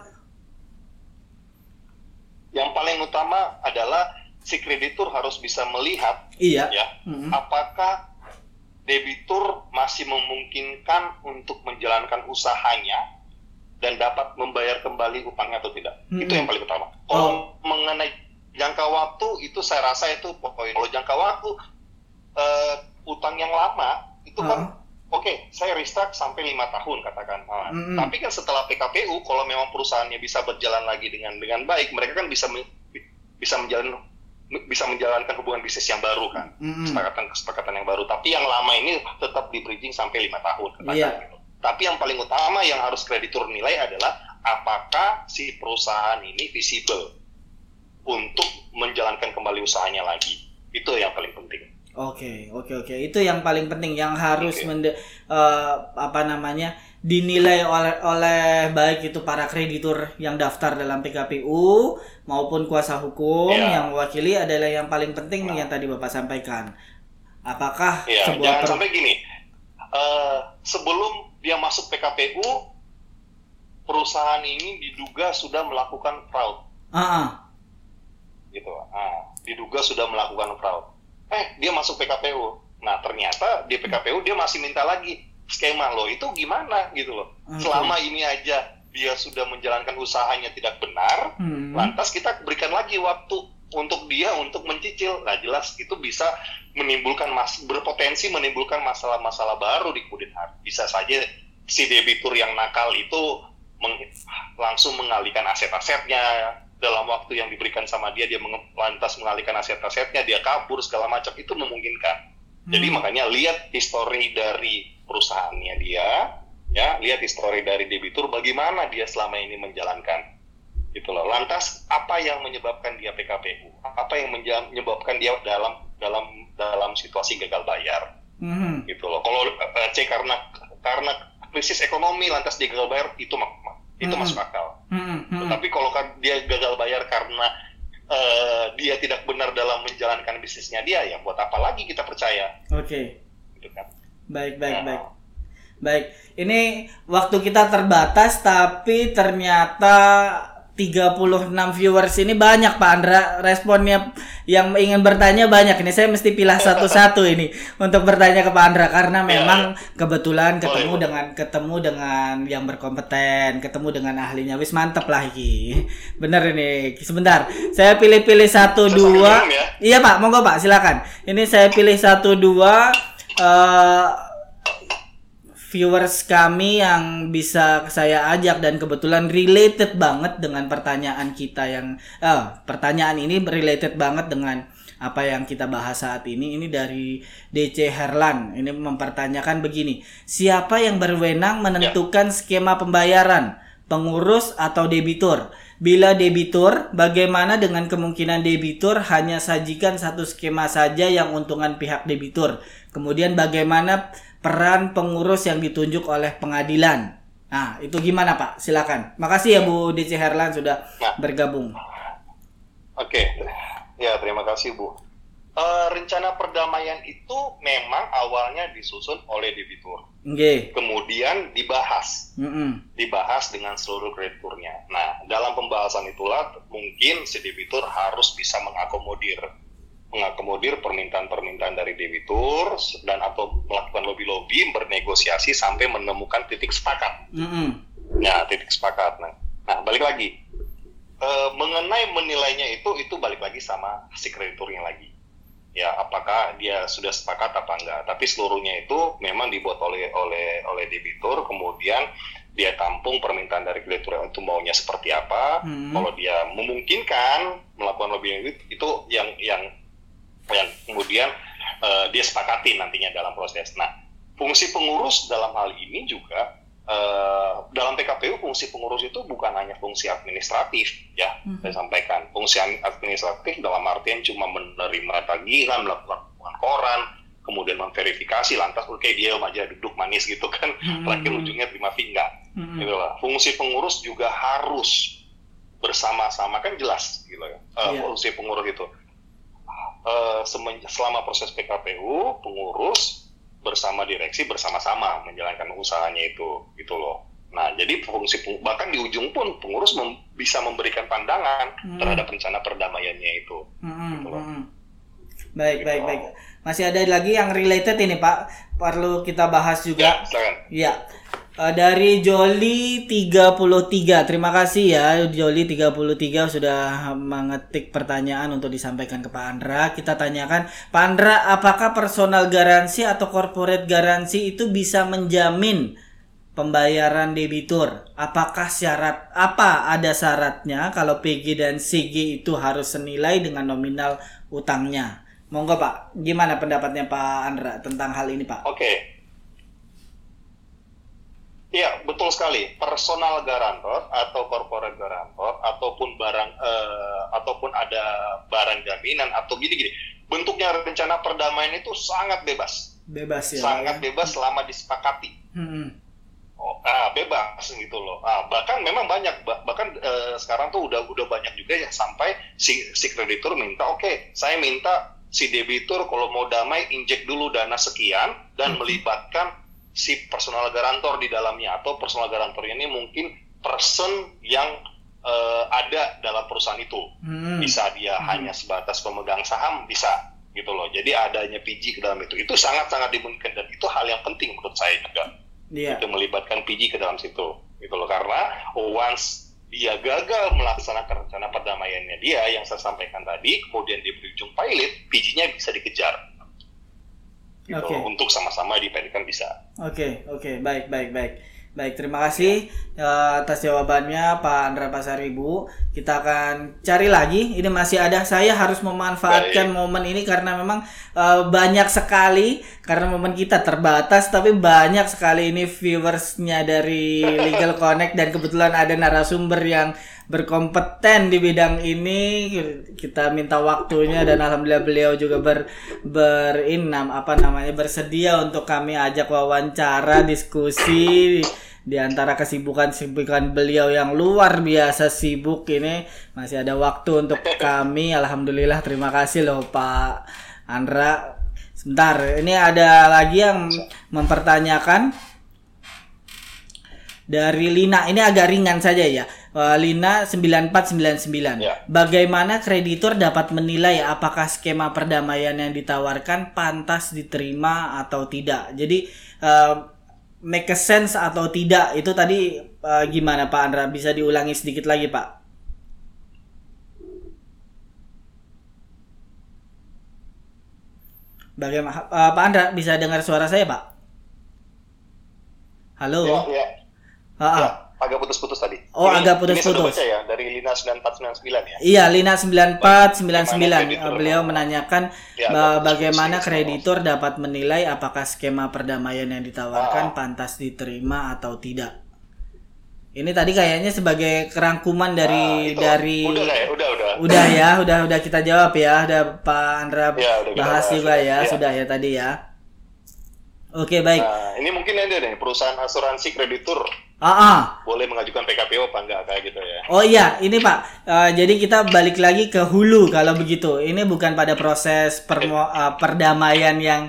Yang paling utama adalah si kreditur harus bisa melihat, apakah debitur masih memungkinkan untuk menjalankan usahanya dan dapat membayar kembali utangnya atau tidak. Itu yang paling utama. Kalau mengenai jangka waktu, itu saya rasa itu poin. Kalau jangka waktu utang yang lama itu kan saya restruct sampai 5 tahun katakan. Tapi kan setelah PKPU, kalau memang perusahaannya bisa berjalan lagi dengan baik, mereka kan bisa menjalankan hubungan bisnis yang baru kan, kesepakatan yang baru. Tapi yang lama ini tetap di bridging sampai 5 tahun gitu. Tapi yang paling utama yang harus kreditur nilai adalah apakah si perusahaan ini visible untuk menjalankan kembali usahanya lagi. Itu yang paling penting. Oke. Itu yang paling penting yang harus dinilai oleh baik itu para kreditur yang daftar dalam PKPU maupun kuasa hukum yang mewakili adalah yang paling penting yang tadi Bapak sampaikan. Apakah jangan sampai gini, sebelum dia masuk PKPU, perusahaan ini diduga sudah melakukan fraud. Gitu. Diduga sudah melakukan fraud. Dia masuk PKPU. Nah, ternyata di PKPU dia masih minta lagi skema loh. Itu gimana gitu loh. Selama ini aja dia sudah menjalankan usahanya tidak benar, lantas kita berikan lagi waktu untuk dia untuk mencicil. Nah, jelas itu bisa berpotensi menimbulkan masalah-masalah baru di kemudian hari. Bisa saja si debitur yang nakal itu langsung mengalihkan aset-asetnya dalam waktu yang diberikan sama dia lantas mengalihkan aset-asetnya, dia kabur segala macam, itu memungkinkan. Jadi makanya lihat histori dari perusahaannya dia, lihat histori dari debitur bagaimana dia selama ini menjalankan. Gitu loh. Lantas apa yang menyebabkan dia PKPU? Apa yang menyebabkan dia dalam situasi gagal bayar? Gitu loh. Kalau karena krisis ekonomi lantas dia gagal bayar, itu masuk akal. Tetapi kalau dia gagal bayar karena dia tidak benar dalam menjalankan bisnisnya dia, ya buat apa lagi kita percaya? Gitu kan? Baik. Ini waktu kita terbatas, tapi ternyata 36 viewers ini banyak Pak Andra, responnya yang ingin bertanya banyak. Ini saya mesti pilih satu-satu ini untuk bertanya ke Pak Andra karena memang kebetulan ketemu dengan yang berkompeten, ketemu dengan ahlinya. Wis mantep lah iki. Bener ini. Sebentar, saya pilih-pilih 1-2. Iya Pak, monggo Pak, silakan. Ini saya pilih 1-2 viewers kami yang bisa saya ajak dan kebetulan related banget dengan pertanyaan kita yang pertanyaan ini related banget dengan apa yang kita bahas saat ini. Ini dari DC Herlan. Ini mempertanyakan begini, siapa yang berwenang menentukan skema pembayaran, pengurus atau debitur? Bila debitur, bagaimana dengan kemungkinan debitur hanya sajikan satu skema saja yang untungan pihak debitur? Kemudian bagaimana peran pengurus yang ditunjuk oleh pengadilan? Nah, itu gimana Pak? Silakan. Makasih ya Bu DC Herlan sudah bergabung. Ya, terima kasih Bu. Rencana perdamaian itu memang awalnya disusun oleh debitur. Kemudian dibahas dengan seluruh krediturnya. Nah, dalam pembahasan itulah mungkin si debitur harus bisa mengakomodir permintaan-permintaan dari debitur dan atau melakukan lobby-lobby, bernegosiasi sampai menemukan titik sepakat. Titik sepakat. Nah, balik lagi mengenai menilainya itu balik lagi sama si krediturnya lagi. ya apakah dia sudah sepakat apa enggak. Tapi seluruhnya itu memang dibuat oleh debitur, kemudian dia tampung permintaan dari kreditur itu maunya seperti apa. Kalau dia memungkinkan melakukan lobbying itu yang kemudian dia sepakati nantinya dalam proses. Nah, fungsi pengurus dalam hal ini juga dalam PKPU fungsi pengurus itu bukan hanya fungsi administratif, ya. Saya sampaikan fungsi administratif dalam artian cuma menerima tagihan, melakukan koran, kemudian memverifikasi, lantas oke dia aja duduk manis gitu kan, terakhir ujungnya terima fee, enggak. Itulah fungsi pengurus juga harus bersama-sama, kan jelas gitu ya. Fungsi pengurus itu selama proses PKPU pengurus bersama direksi bersama-sama menjalankan usahanya itu gitu loh. Nah, jadi fungsi bahkan di ujung pun pengurus bisa memberikan pandangan terhadap rencana perdamaiannya itu. Gitu loh. Baik. Masih ada lagi yang related ini Pak, perlu kita bahas juga. Ya, silakan. Ya. Dari Joli 33. Terima kasih ya Joli 33 sudah mengetik pertanyaan untuk disampaikan ke Pak Andra. Kita tanyakan, Pak Andra, apakah personal garansi atau corporate garansi itu bisa menjamin pembayaran debitur? Apakah ada syaratnya kalau PG dan CG itu harus senilai dengan nominal utangnya? Monggo Pak, gimana pendapatnya Pak Andra tentang hal ini Pak? Oke. Iya, betul sekali. Personal garantor atau corporate garantor ataupun ataupun ada barang jaminan atau gini. Bentuknya rencana perdamaian itu sangat bebas. Bebas ya. Sangat bebas selama disepakati. Bebas gitu loh. Bahkan memang banyak, sekarang tuh udah banyak juga yang sampai si kreditur minta, oke, saya minta si debitur kalau mau damai injek dulu dana sekian dan melibatkan si personal garantor di dalamnya, atau personal garantornya ini mungkin person yang ada dalam perusahaan itu. Bisa dia hanya sebatas pemegang saham, bisa gitu loh. Jadi adanya PG ke dalam itu sangat-sangat dimungkinkan, dan itu hal yang penting menurut saya juga. Itu melibatkan PG ke dalam situ gitu loh, karena once dia gagal melaksanakan rencana perdamaiannya dia yang saya sampaikan tadi, kemudian di ujung pilot PG-nya bisa dikejar. Gitu, untuk sama-sama dipendekkan bisa. Oke, baik. Terima kasih atas jawabannya Pak Andra Pasaribu. Kita akan cari lagi. Ini masih ada. Saya harus memanfaatkan momen ini karena memang banyak sekali, karena momen kita terbatas, tapi banyak sekali ini viewersnya dari Legal Connect, dan kebetulan ada narasumber yang berkompeten di bidang ini. Kita minta waktunya, dan alhamdulillah beliau juga bersedia untuk kami ajak wawancara, diskusi. Di antara kesibukan beliau yang luar biasa sibuk ini, masih ada waktu untuk kami. Alhamdulillah, terima kasih loh Pak Andra. Sebentar, ini ada lagi yang mempertanyakan dari Lina. Ini agak ringan saja ya. Lina 9499. Ya. Bagaimana kreditur dapat menilai apakah skema perdamaian yang ditawarkan pantas diterima atau tidak? Jadi make a sense atau tidak, itu tadi gimana Pak Andra? Bisa diulangi sedikit lagi Pak? Bagaimana Pak Andra, bisa dengar suara saya Pak? Halo? Ya. Agak putus-putus tadi. Agak putus-putus. Ini sudah baca ya, dari Lina 9499 ya? Iya, Lina 9499. Beliau menanyakan bagaimana kreditur dapat menilai apakah skema perdamaian yang ditawarkan pantas diterima atau tidak. Ini tadi kayaknya sebagai kerangkuman dari udah kita jawab ya. Udah Pak Andra bahas juga ya, sudah ya tadi ya. Oke, baik. Nah, ini mungkin ada nih perusahaan asuransi kreditur. Boleh mengajukan PKPU apa enggak kayak gitu ya? Oh iya, ini Pak. Jadi kita balik lagi ke hulu kalau begitu. Ini bukan pada proses perdamaian yang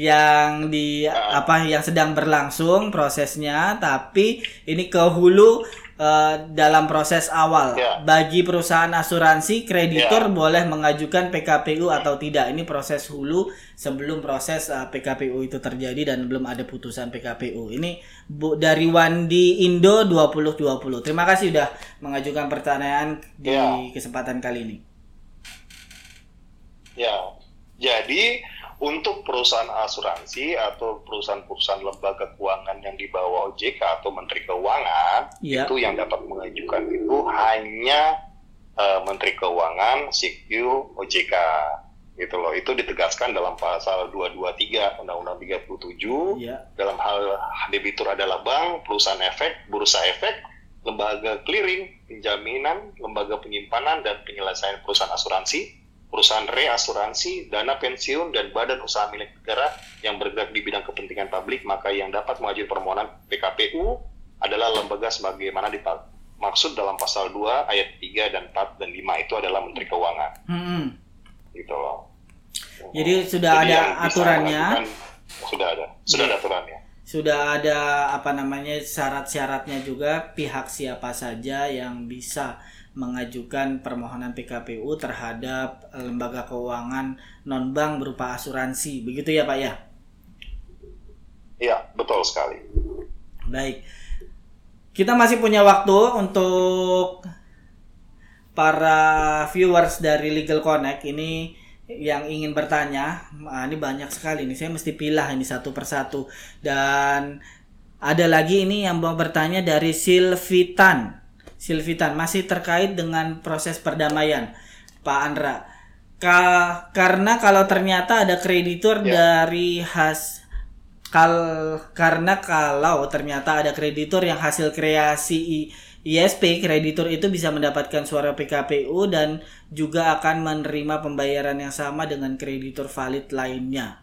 sedang berlangsung prosesnya, tapi ini ke hulu dalam proses awal. Bagi perusahaan asuransi, kreditur boleh mengajukan PKPU atau tidak. Ini proses hulu sebelum proses PKPU itu terjadi dan belum ada putusan PKPU. Ini dari Wandi Indo 2020. Terima kasih sudah mengajukan pertanyaan di kesempatan kali ini. Ya. Jadi untuk perusahaan asuransi atau perusahaan-perusahaan lembaga keuangan yang di bawah OJK atau Menteri Keuangan, itu yang dapat mengajukan itu hanya Menteri Keuangan, SIQ, OJK. Gitu loh. Itu ditegaskan dalam pasal 223 Undang-Undang 37. Dalam hal debitur adalah bank, perusahaan efek, bursa efek, lembaga clearing, penjaminan, lembaga penyimpanan dan penyelesaian perusahaan asuransi, perusahaan reasuransi, dana pensiun, dan badan usaha milik negara yang bergerak di bidang kepentingan publik, maka yang dapat mengajukan permohonan PKPU adalah lembaga sebagaimana dimaksud dalam pasal 2 ayat 3 dan 4 dan 5 itu adalah Menteri Keuangan. Gitu loh. Jadi sudah ada aturannya. Sudah ada aturannya. Sudah ada syarat-syaratnya juga, pihak siapa saja yang bisa mengajukan permohonan PKPU terhadap lembaga keuangan non-bank berupa asuransi. Begitu ya Pak ya? Iya, betul sekali. Baik. Kita masih punya waktu untuk para viewers dari Legal Connect ini yang ingin bertanya. Ini banyak sekali nih, saya mesti pilih ini satu persatu. Dan ada lagi ini yang mau bertanya dari Silvitan, masih terkait dengan proses perdamaian, Pak Andra. Karena kalau ternyata ada kreditur kalau ternyata ada kreditur yang hasil kreasi ISP, kreditur itu bisa mendapatkan suara PKPU dan juga akan menerima pembayaran yang sama dengan kreditur valid lainnya.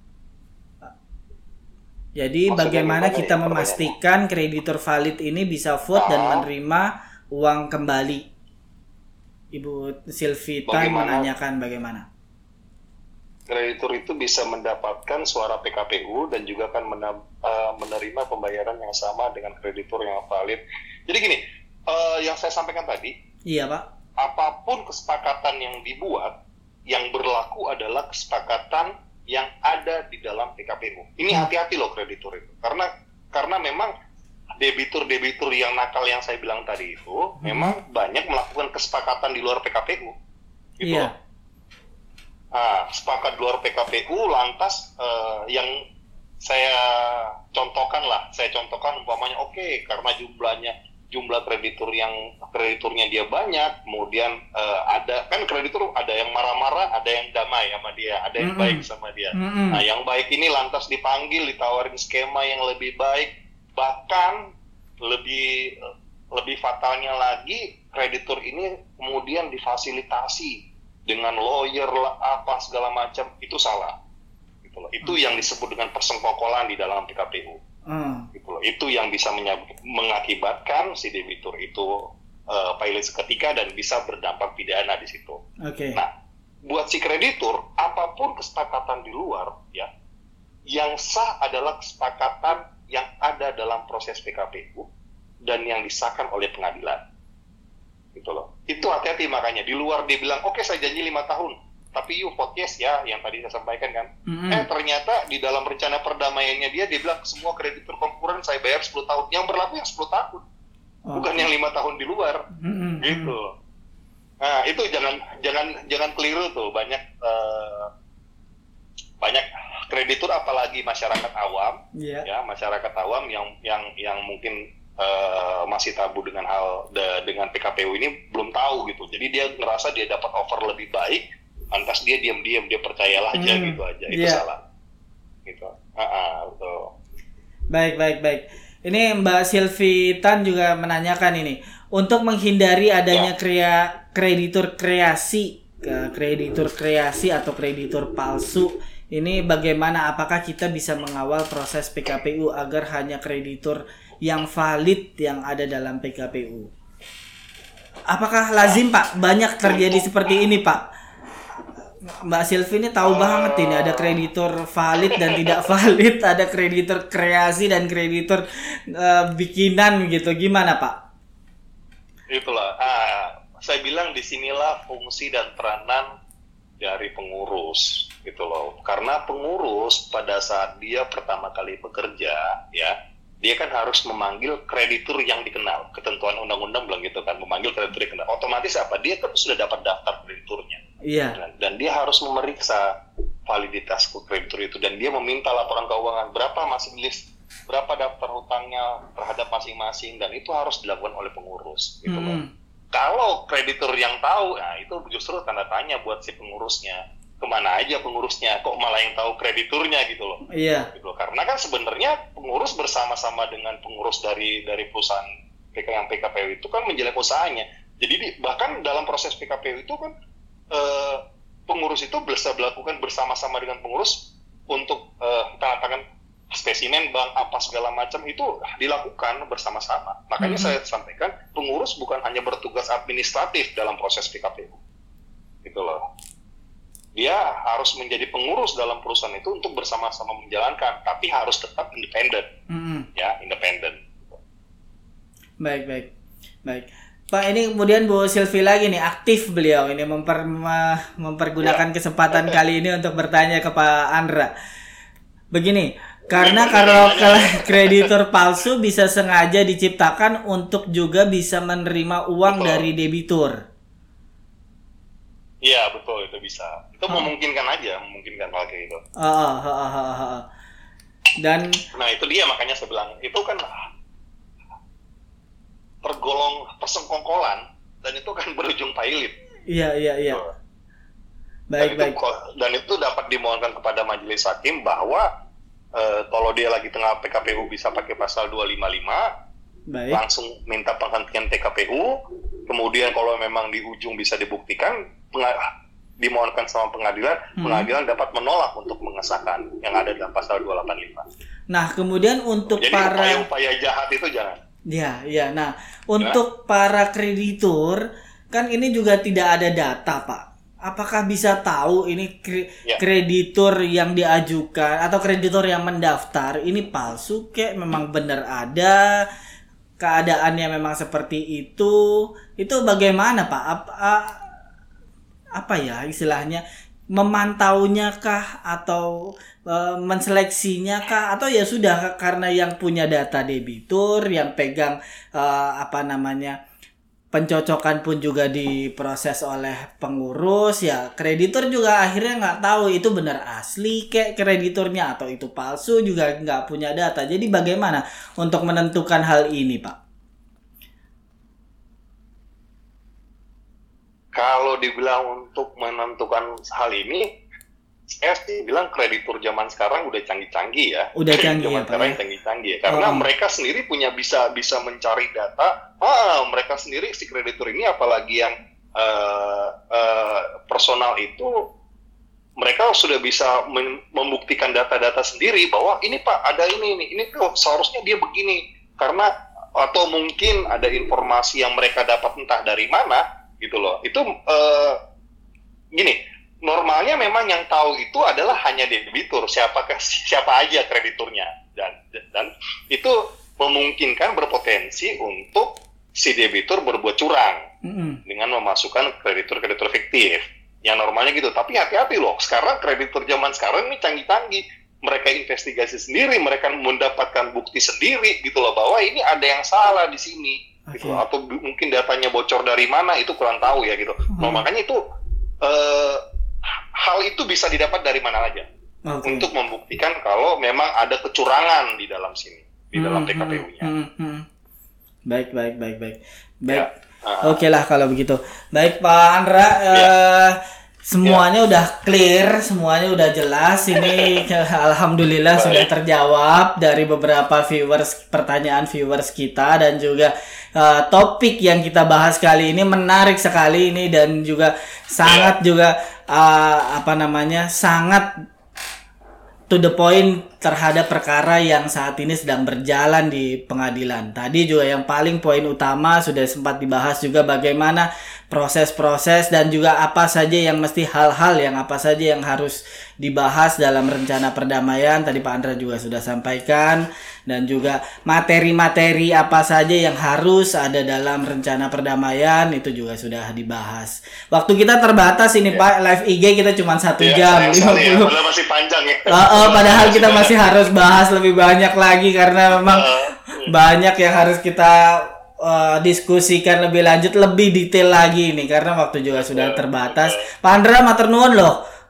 Jadi bagaimana kita memastikan kreditur valid ini bisa vote dan menerima uang kembali? Ibu Silvitan menanyakan bagaimana kreditur itu bisa mendapatkan suara PKPU dan juga akan menerima pembayaran yang sama dengan kreditur yang valid. Jadi gini, yang saya sampaikan tadi, iya Pak, apapun kesepakatan yang dibuat, yang berlaku adalah kesepakatan yang ada di dalam PKPU. Ini hati-hati loh kreditur itu, karena memang debitur-debitur yang nakal yang saya bilang tadi itu memang banyak melakukan kesepakatan di luar PKPU, gitu loh. Sepakat di luar PKPU, lantas yang saya contohkan umpamanya karena jumlah krediturnya dia banyak, kemudian ada kan kreditur ada yang marah-marah, ada yang damai sama dia, ada yang baik sama dia. Nah, yang baik ini lantas dipanggil, ditawarin skema yang lebih baik, bahkan lebih fatalnya lagi kreditur ini kemudian difasilitasi dengan lawyer apa segala macam, itu salah. Gitu loh. Itu yang disebut dengan persengkokolan di dalam PKPU. Gitu loh. Itu yang bisa mengakibatkan si debitur itu pilot seketika dan bisa berdampak pidana di situ. Nah, buat si kreditur, apapun kesepakatan di luar, ya, yang sah adalah kesepakatan yang ada dalam proses PKPU dan yang disahkan oleh pengadilan. Gitu loh. Itu hati-hati, makanya di luar dia bilang saya janji 5 tahun, tapi you vote yes ya, yang tadi saya sampaikan kan. Ternyata di dalam rencana perdamaiannya dia bilang semua kreditur konkuren saya bayar 10 tahun, yang berlaku yang 10 tahun, bukan yang 5 tahun di luar. Gitu. Nah, itu jangan keliru tuh, banyak kreditur apalagi masyarakat awam, ya, masyarakat awam yang mungkin masih tabu dengan dengan PKPU ini, belum tahu gitu. Jadi dia ngerasa dia dapat offer lebih baik, lantas dia diam-diam, dia percayalah aja gitu aja. Itu salah. Gitu. Betul. Baik. Ini Mbak Silvitan juga menanyakan ini, untuk menghindari adanya kreditur kreasi atau kreditur palsu, ini bagaimana? Apakah kita bisa mengawal proses PKPU agar hanya kreditur yang valid yang ada dalam PKPU? Apakah lazim Pak? Banyak terjadi seperti ini Pak. Mbak Silvi ini tahu banget ini, ada kreditur valid dan tidak valid, ada kreditur kreasi dan kreditur bikinan gitu. Gimana Pak? Itulah, saya bilang disinilah fungsi dan peranan dari pengurus, gitu loh. Karena pengurus pada saat dia pertama kali bekerja, ya, dia kan harus memanggil kreditur yang dikenal. Ketentuan undang-undang bilang gitu kan, memanggil kreditur yang dikenal. Otomatis apa? Dia kan sudah dapat daftar krediturnya. Iya. Dan dia harus memeriksa validitas kreditur itu, dan dia meminta laporan keuangan berapa list, berapa daftar hutangnya terhadap masing-masing, dan itu harus dilakukan oleh pengurus gitu loh. Kalau kreditur yang tahu, nah itu justru tanda tanya buat si pengurusnya, kemana aja pengurusnya, kok malah yang tahu krediturnya gitu loh. Iya. Gitu loh. Karena kan sebenarnya pengurus bersama-sama dengan pengurus dari perusahaan yang PKPU itu kan menjalankan usahanya. Jadi bahkan dalam proses PKPU itu kan pengurus itu bisa melakukan bersama-sama dengan pengurus untuk tanda tangan spesimen bank apa segala macam itu dilakukan bersama-sama. Makanya saya sampaikan pengurus bukan hanya bertugas administratif dalam proses PKPU, gitu loh. Dia harus menjadi pengurus dalam perusahaan itu untuk bersama-sama menjalankan, tapi harus tetap independen, ya independen. Baik. Pak, ini kemudian Bu Silvi lagi nih, aktif beliau ini mempergunakan kesempatan kali ini untuk bertanya ke Pak Andra. Begini, karena kalau kreditur palsu bisa sengaja diciptakan untuk juga bisa menerima uang dari debitur. Iya, betul, itu bisa. Itu memungkinkan hal kayak gitu. Dan nah, itu dia makanya saya bilang, itu kan persengkongkolan, dan itu kan berujung pailit. Iya. Baik. Dan itu dapat dimohonkan kepada majelis hakim bahwa kalau dia lagi tengah PKPU bisa pakai pasal 255, langsung minta penghentian PKPU. Kemudian kalau memang di ujung bisa dibuktikan, dimohonkan sama pengadilan, pengadilan dapat menolak untuk mengesahkan yang ada dalam pasal 285. Nah, kemudian untuk jadi upaya-upaya jahat itu jangan. Ya. Nah, untuk para kreditur kan ini juga tidak ada data, Pak. Apakah bisa tahu ini kreditur yang diajukan atau kreditur yang mendaftar ini palsu kayak memang benar ada keadaannya memang seperti itu bagaimana, Pak? Apa ya istilahnya, memantaunya kah atau menseleksinya kah, atau ya sudah karena yang punya data debitur yang pegang pencocokan pun juga diproses oleh pengurus, ya kreditur juga akhirnya nggak tahu itu benar asli kayak krediturnya atau itu palsu, juga nggak punya data. Jadi bagaimana untuk menentukan hal ini, Pak? Kalau dibilang untuk menentukan hal ini, saya sih bilang kreditur zaman sekarang udah canggih-canggih ya. Udah canggih ya, Pak. Canggih-canggih ya. Karena mereka sendiri bisa mencari data. Mereka sendiri si kreditur ini, apalagi yang personal itu, mereka sudah bisa membuktikan data-data sendiri bahwa ini Pak ada ini tuh seharusnya dia begini. Karena atau mungkin ada informasi yang mereka dapat entah dari mana gitu loh. Itu gini. Normalnya memang yang tahu itu adalah hanya debitur, siapa aja krediturnya, dan itu memungkinkan berpotensi untuk si debitur berbuat curang dengan memasukkan kreditur fiktif yang normalnya gitu. Tapi hati-hati loh, sekarang kreditur zaman sekarang ini canggih-canggih, mereka investigasi sendiri, mereka mendapatkan bukti sendiri gitu loh bahwa ini ada yang salah di sini, gitu. Atau mungkin datanya bocor dari mana itu kurang tahu ya gitu. Nah, makanya itu hal itu bisa didapat dari mana aja untuk membuktikan kalau memang ada kecurangan di dalam sini, di dalam PKPU-nya. Baik. Ya. Oke lah kalau begitu. Baik Pak Andra, semuanya udah clear, semuanya udah jelas. Ini alhamdulillah sudah terjawab dari beberapa pertanyaan viewers kita, dan juga topik yang kita bahas kali ini menarik sekali ini, dan juga sangat sangat to the point terhadap perkara yang saat ini sedang berjalan di pengadilan. Tadi juga yang paling poin utama sudah sempat dibahas juga bagaimana proses-proses dan juga apa saja yang hal-hal yang apa saja yang harus dibahas dalam rencana perdamaian. Tadi Pak Andra juga sudah sampaikan, dan juga materi-materi apa saja yang harus ada dalam rencana perdamaian itu juga sudah dibahas. Waktu kita terbatas ini Pak, live IG kita cuma 1 jam 50. Padahal masih panjang ya. Padahal kita masih harus bahas lebih banyak lagi karena memang banyak yang harus kita diskusikan lebih lanjut, lebih detail lagi ini karena waktu juga sudah terbatas. Pak Andra matur nuwun loh.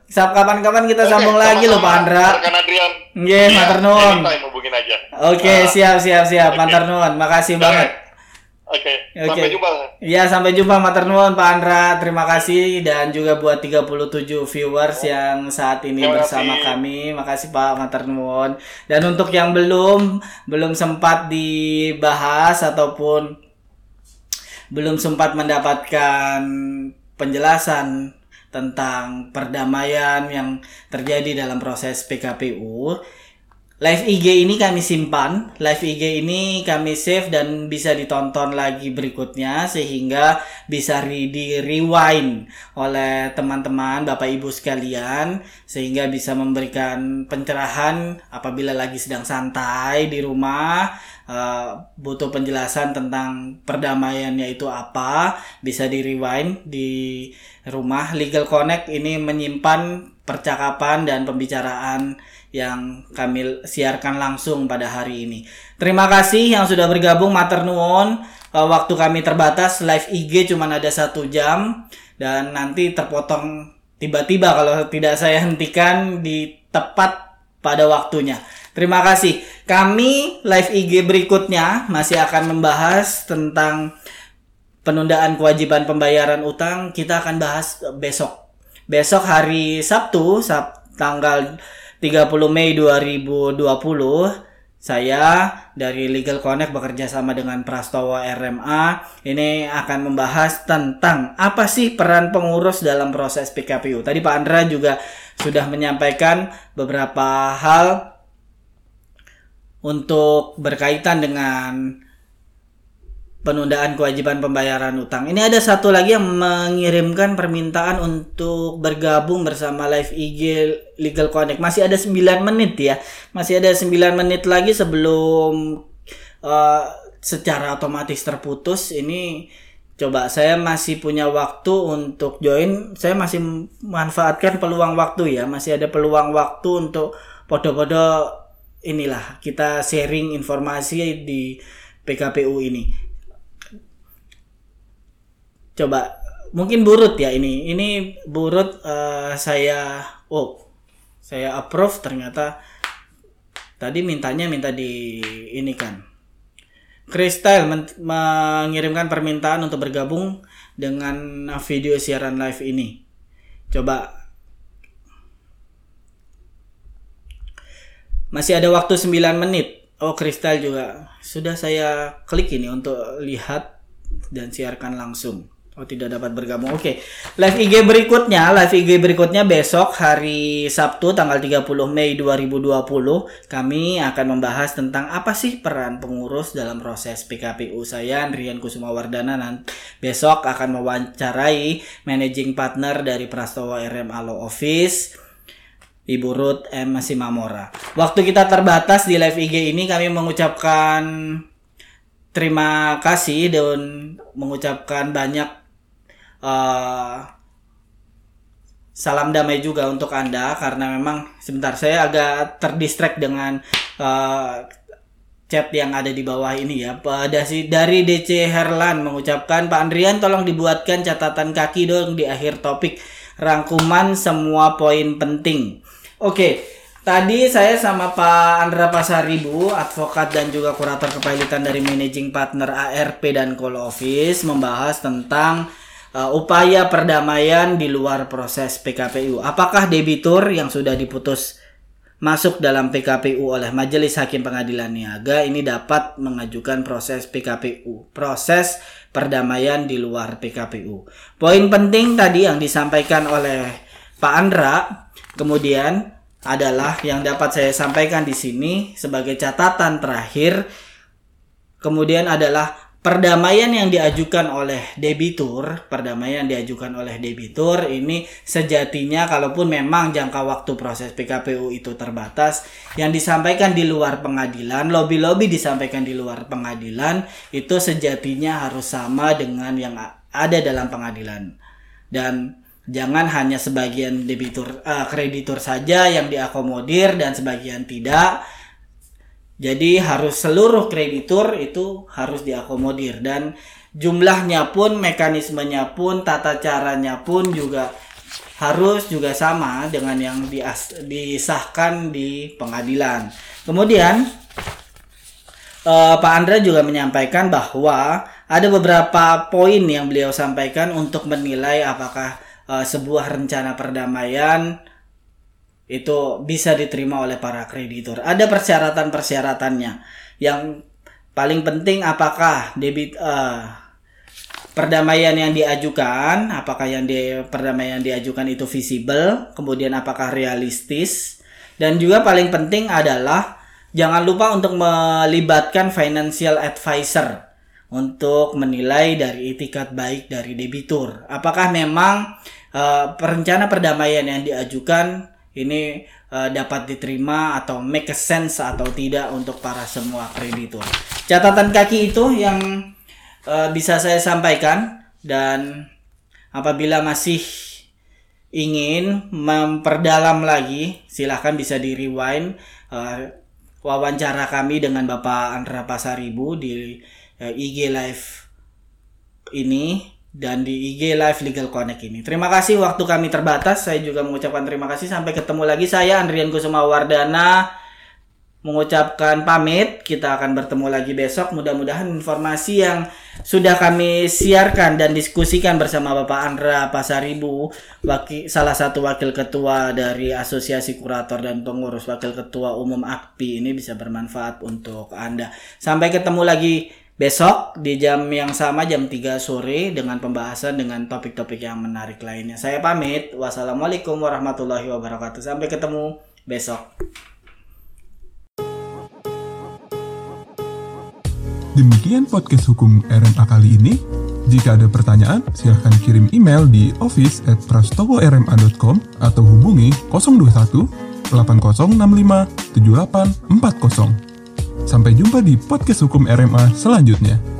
Kapan-kapan kita sambung lagi loh Pak Andra. Rekan Adrian. Nggih, matur nuwun. Hubungin aja. Oke, siap. Matur nuwun. Makasih banget. Oke. Sampai jumpa. Iya, sampai jumpa matur nuwun Pak Andra. Terima kasih dan juga buat 37 viewers yang saat ini bersama kami. Makasih Pak, matur nuwun. Dan untuk yang belum sempat dibahas ataupun belum sempat mendapatkan penjelasan tentang perdamaian yang terjadi dalam proses PKPU, live IG ini kami simpan, live IG ini kami save dan bisa ditonton lagi berikutnya sehingga bisa di rewind oleh teman-teman Bapak Ibu sekalian sehingga bisa memberikan pencerahan apabila lagi sedang santai di rumah, butuh penjelasan tentang perdamaiannya itu apa, bisa di rewind di rumah. Legal Connect ini menyimpan percakapan dan pembicaraan yang kami siarkan langsung pada hari ini. Terima kasih yang sudah bergabung, matur nuwun. Waktu kami terbatas, live IG cuma ada 1 jam dan nanti terpotong tiba-tiba kalau tidak saya hentikan di tepat pada waktunya. Terima kasih. Kami live IG berikutnya masih akan membahas tentang penundaan kewajiban pembayaran utang. Kita akan bahas besok. Besok hari Sabtu, tanggal 30 Mei 2020, saya dari Legal Connect bekerja sama dengan Prastowo RMA ini akan membahas tentang apa sih peran pengurus dalam proses PKPU. Tadi Pak Andra juga sudah menyampaikan beberapa hal untuk berkaitan dengan penundaan kewajiban pembayaran utang. Ini ada satu lagi yang mengirimkan permintaan untuk bergabung bersama live IG Legal Connect. Masih ada 9 menit ya. Masih ada 9 menit lagi sebelum secara otomatis terputus. Ini coba saya masih punya waktu untuk join. Saya masih manfaatkan peluang waktu ya. Masih ada peluang waktu untuk podo-podo inilah kita sharing informasi di PKPU ini. Coba mungkin Burut ya ini Burut saya approve, ternyata tadi minta di ini kan. Kristal mengirimkan permintaan untuk bergabung dengan video siaran live ini. Coba masih ada waktu 9 menit. Oh, Kristal juga sudah saya klik ini untuk lihat dan siarkan langsung. Oh, tidak dapat bergabung. Oke. Live IG berikutnya besok hari Sabtu tanggal 30 Mei 2020 kami akan membahas tentang apa sih peran pengurus dalam proses PKPU. Saya Andrian Kusumawardana besok akan mewawancarai managing partner dari Prastowo RMA Law Office, Ibu Ruth M. Simamora. Waktu kita terbatas di live IG ini, kami mengucapkan terima kasih dan mengucapkan banyak salam damai juga untuk Anda karena memang sebentar saya agak terdistract dengan chat yang ada di bawah ini ya. Dari DC Herlan mengucapkan, Pak Andrian tolong dibuatkan catatan kaki dong di akhir topik, rangkuman semua poin penting. Oke, tadi saya sama Pak Andra Pasaribu, advokat dan juga kurator kepailitan dari Managing Partner ARP dan Call Office, membahas tentang upaya perdamaian di luar proses PKPU. Apakah debitur yang sudah diputus masuk dalam PKPU oleh Majelis Hakim Pengadilan Niaga ini dapat mengajukan proses PKPU, proses perdamaian di luar PKPU. Poin penting tadi yang disampaikan oleh Pak Andra kemudian adalah yang dapat saya sampaikan di sini sebagai catatan terakhir, kemudian adalah perdamaian yang diajukan oleh debitur ini sejatinya kalaupun memang jangka waktu proses PKPU itu terbatas, yang disampaikan di luar pengadilan, lobby-lobby disampaikan di luar pengadilan itu sejatinya harus sama dengan yang ada dalam pengadilan. Dan jangan hanya sebagian kreditur saja yang diakomodir dan sebagian tidak. Jadi harus seluruh kreditur itu harus diakomodir dan jumlahnya pun, mekanismenya pun, tata caranya pun juga harus juga sama dengan yang disahkan di pengadilan. Kemudian Pak Andra juga menyampaikan bahwa ada beberapa poin yang beliau sampaikan untuk menilai apakah sebuah rencana perdamaian itu bisa diterima oleh para kreditur. Ada persyaratan-persyaratannya. Yang paling penting apakah perdamaian yang diajukan, perdamaian diajukan itu visible, kemudian apakah realistis, dan juga paling penting adalah jangan lupa untuk melibatkan financial advisor untuk menilai dari itikat baik dari debitur. Apakah memang rencana perdamaian yang diajukan ini dapat diterima atau make sense atau tidak untuk para semua kreditur. Catatan kaki itu yang bisa saya sampaikan, dan apabila masih ingin memperdalam lagi silahkan bisa di rewind wawancara kami dengan Bapak Andra Pasaribu di IG Live ini dan di IG Live Legal Connect ini. Terima kasih, waktu kami terbatas. Saya juga mengucapkan terima kasih. Sampai ketemu lagi. Saya Andrian Kusuma Wardana mengucapkan pamit. Kita akan bertemu lagi besok. Mudah-mudahan informasi yang sudah kami siarkan dan diskusikan bersama Bapak Andra Pasaribu, salah satu wakil ketua dari Asosiasi Kurator dan Pengurus, wakil ketua umum AKPI, ini bisa bermanfaat untuk Anda. Sampai ketemu lagi besok di jam yang sama, jam 3 sore dengan pembahasan dengan topik-topik yang menarik lainnya. Saya pamit. Wassalamualaikum warahmatullahi wabarakatuh. Sampai ketemu besok. Demikian podcast hukum RMA kali ini. Jika ada pertanyaan, silahkan kirim email di office@prastoworma.com atau hubungi 021 8065 7840. Sampai jumpa di podcast hukum RMA selanjutnya.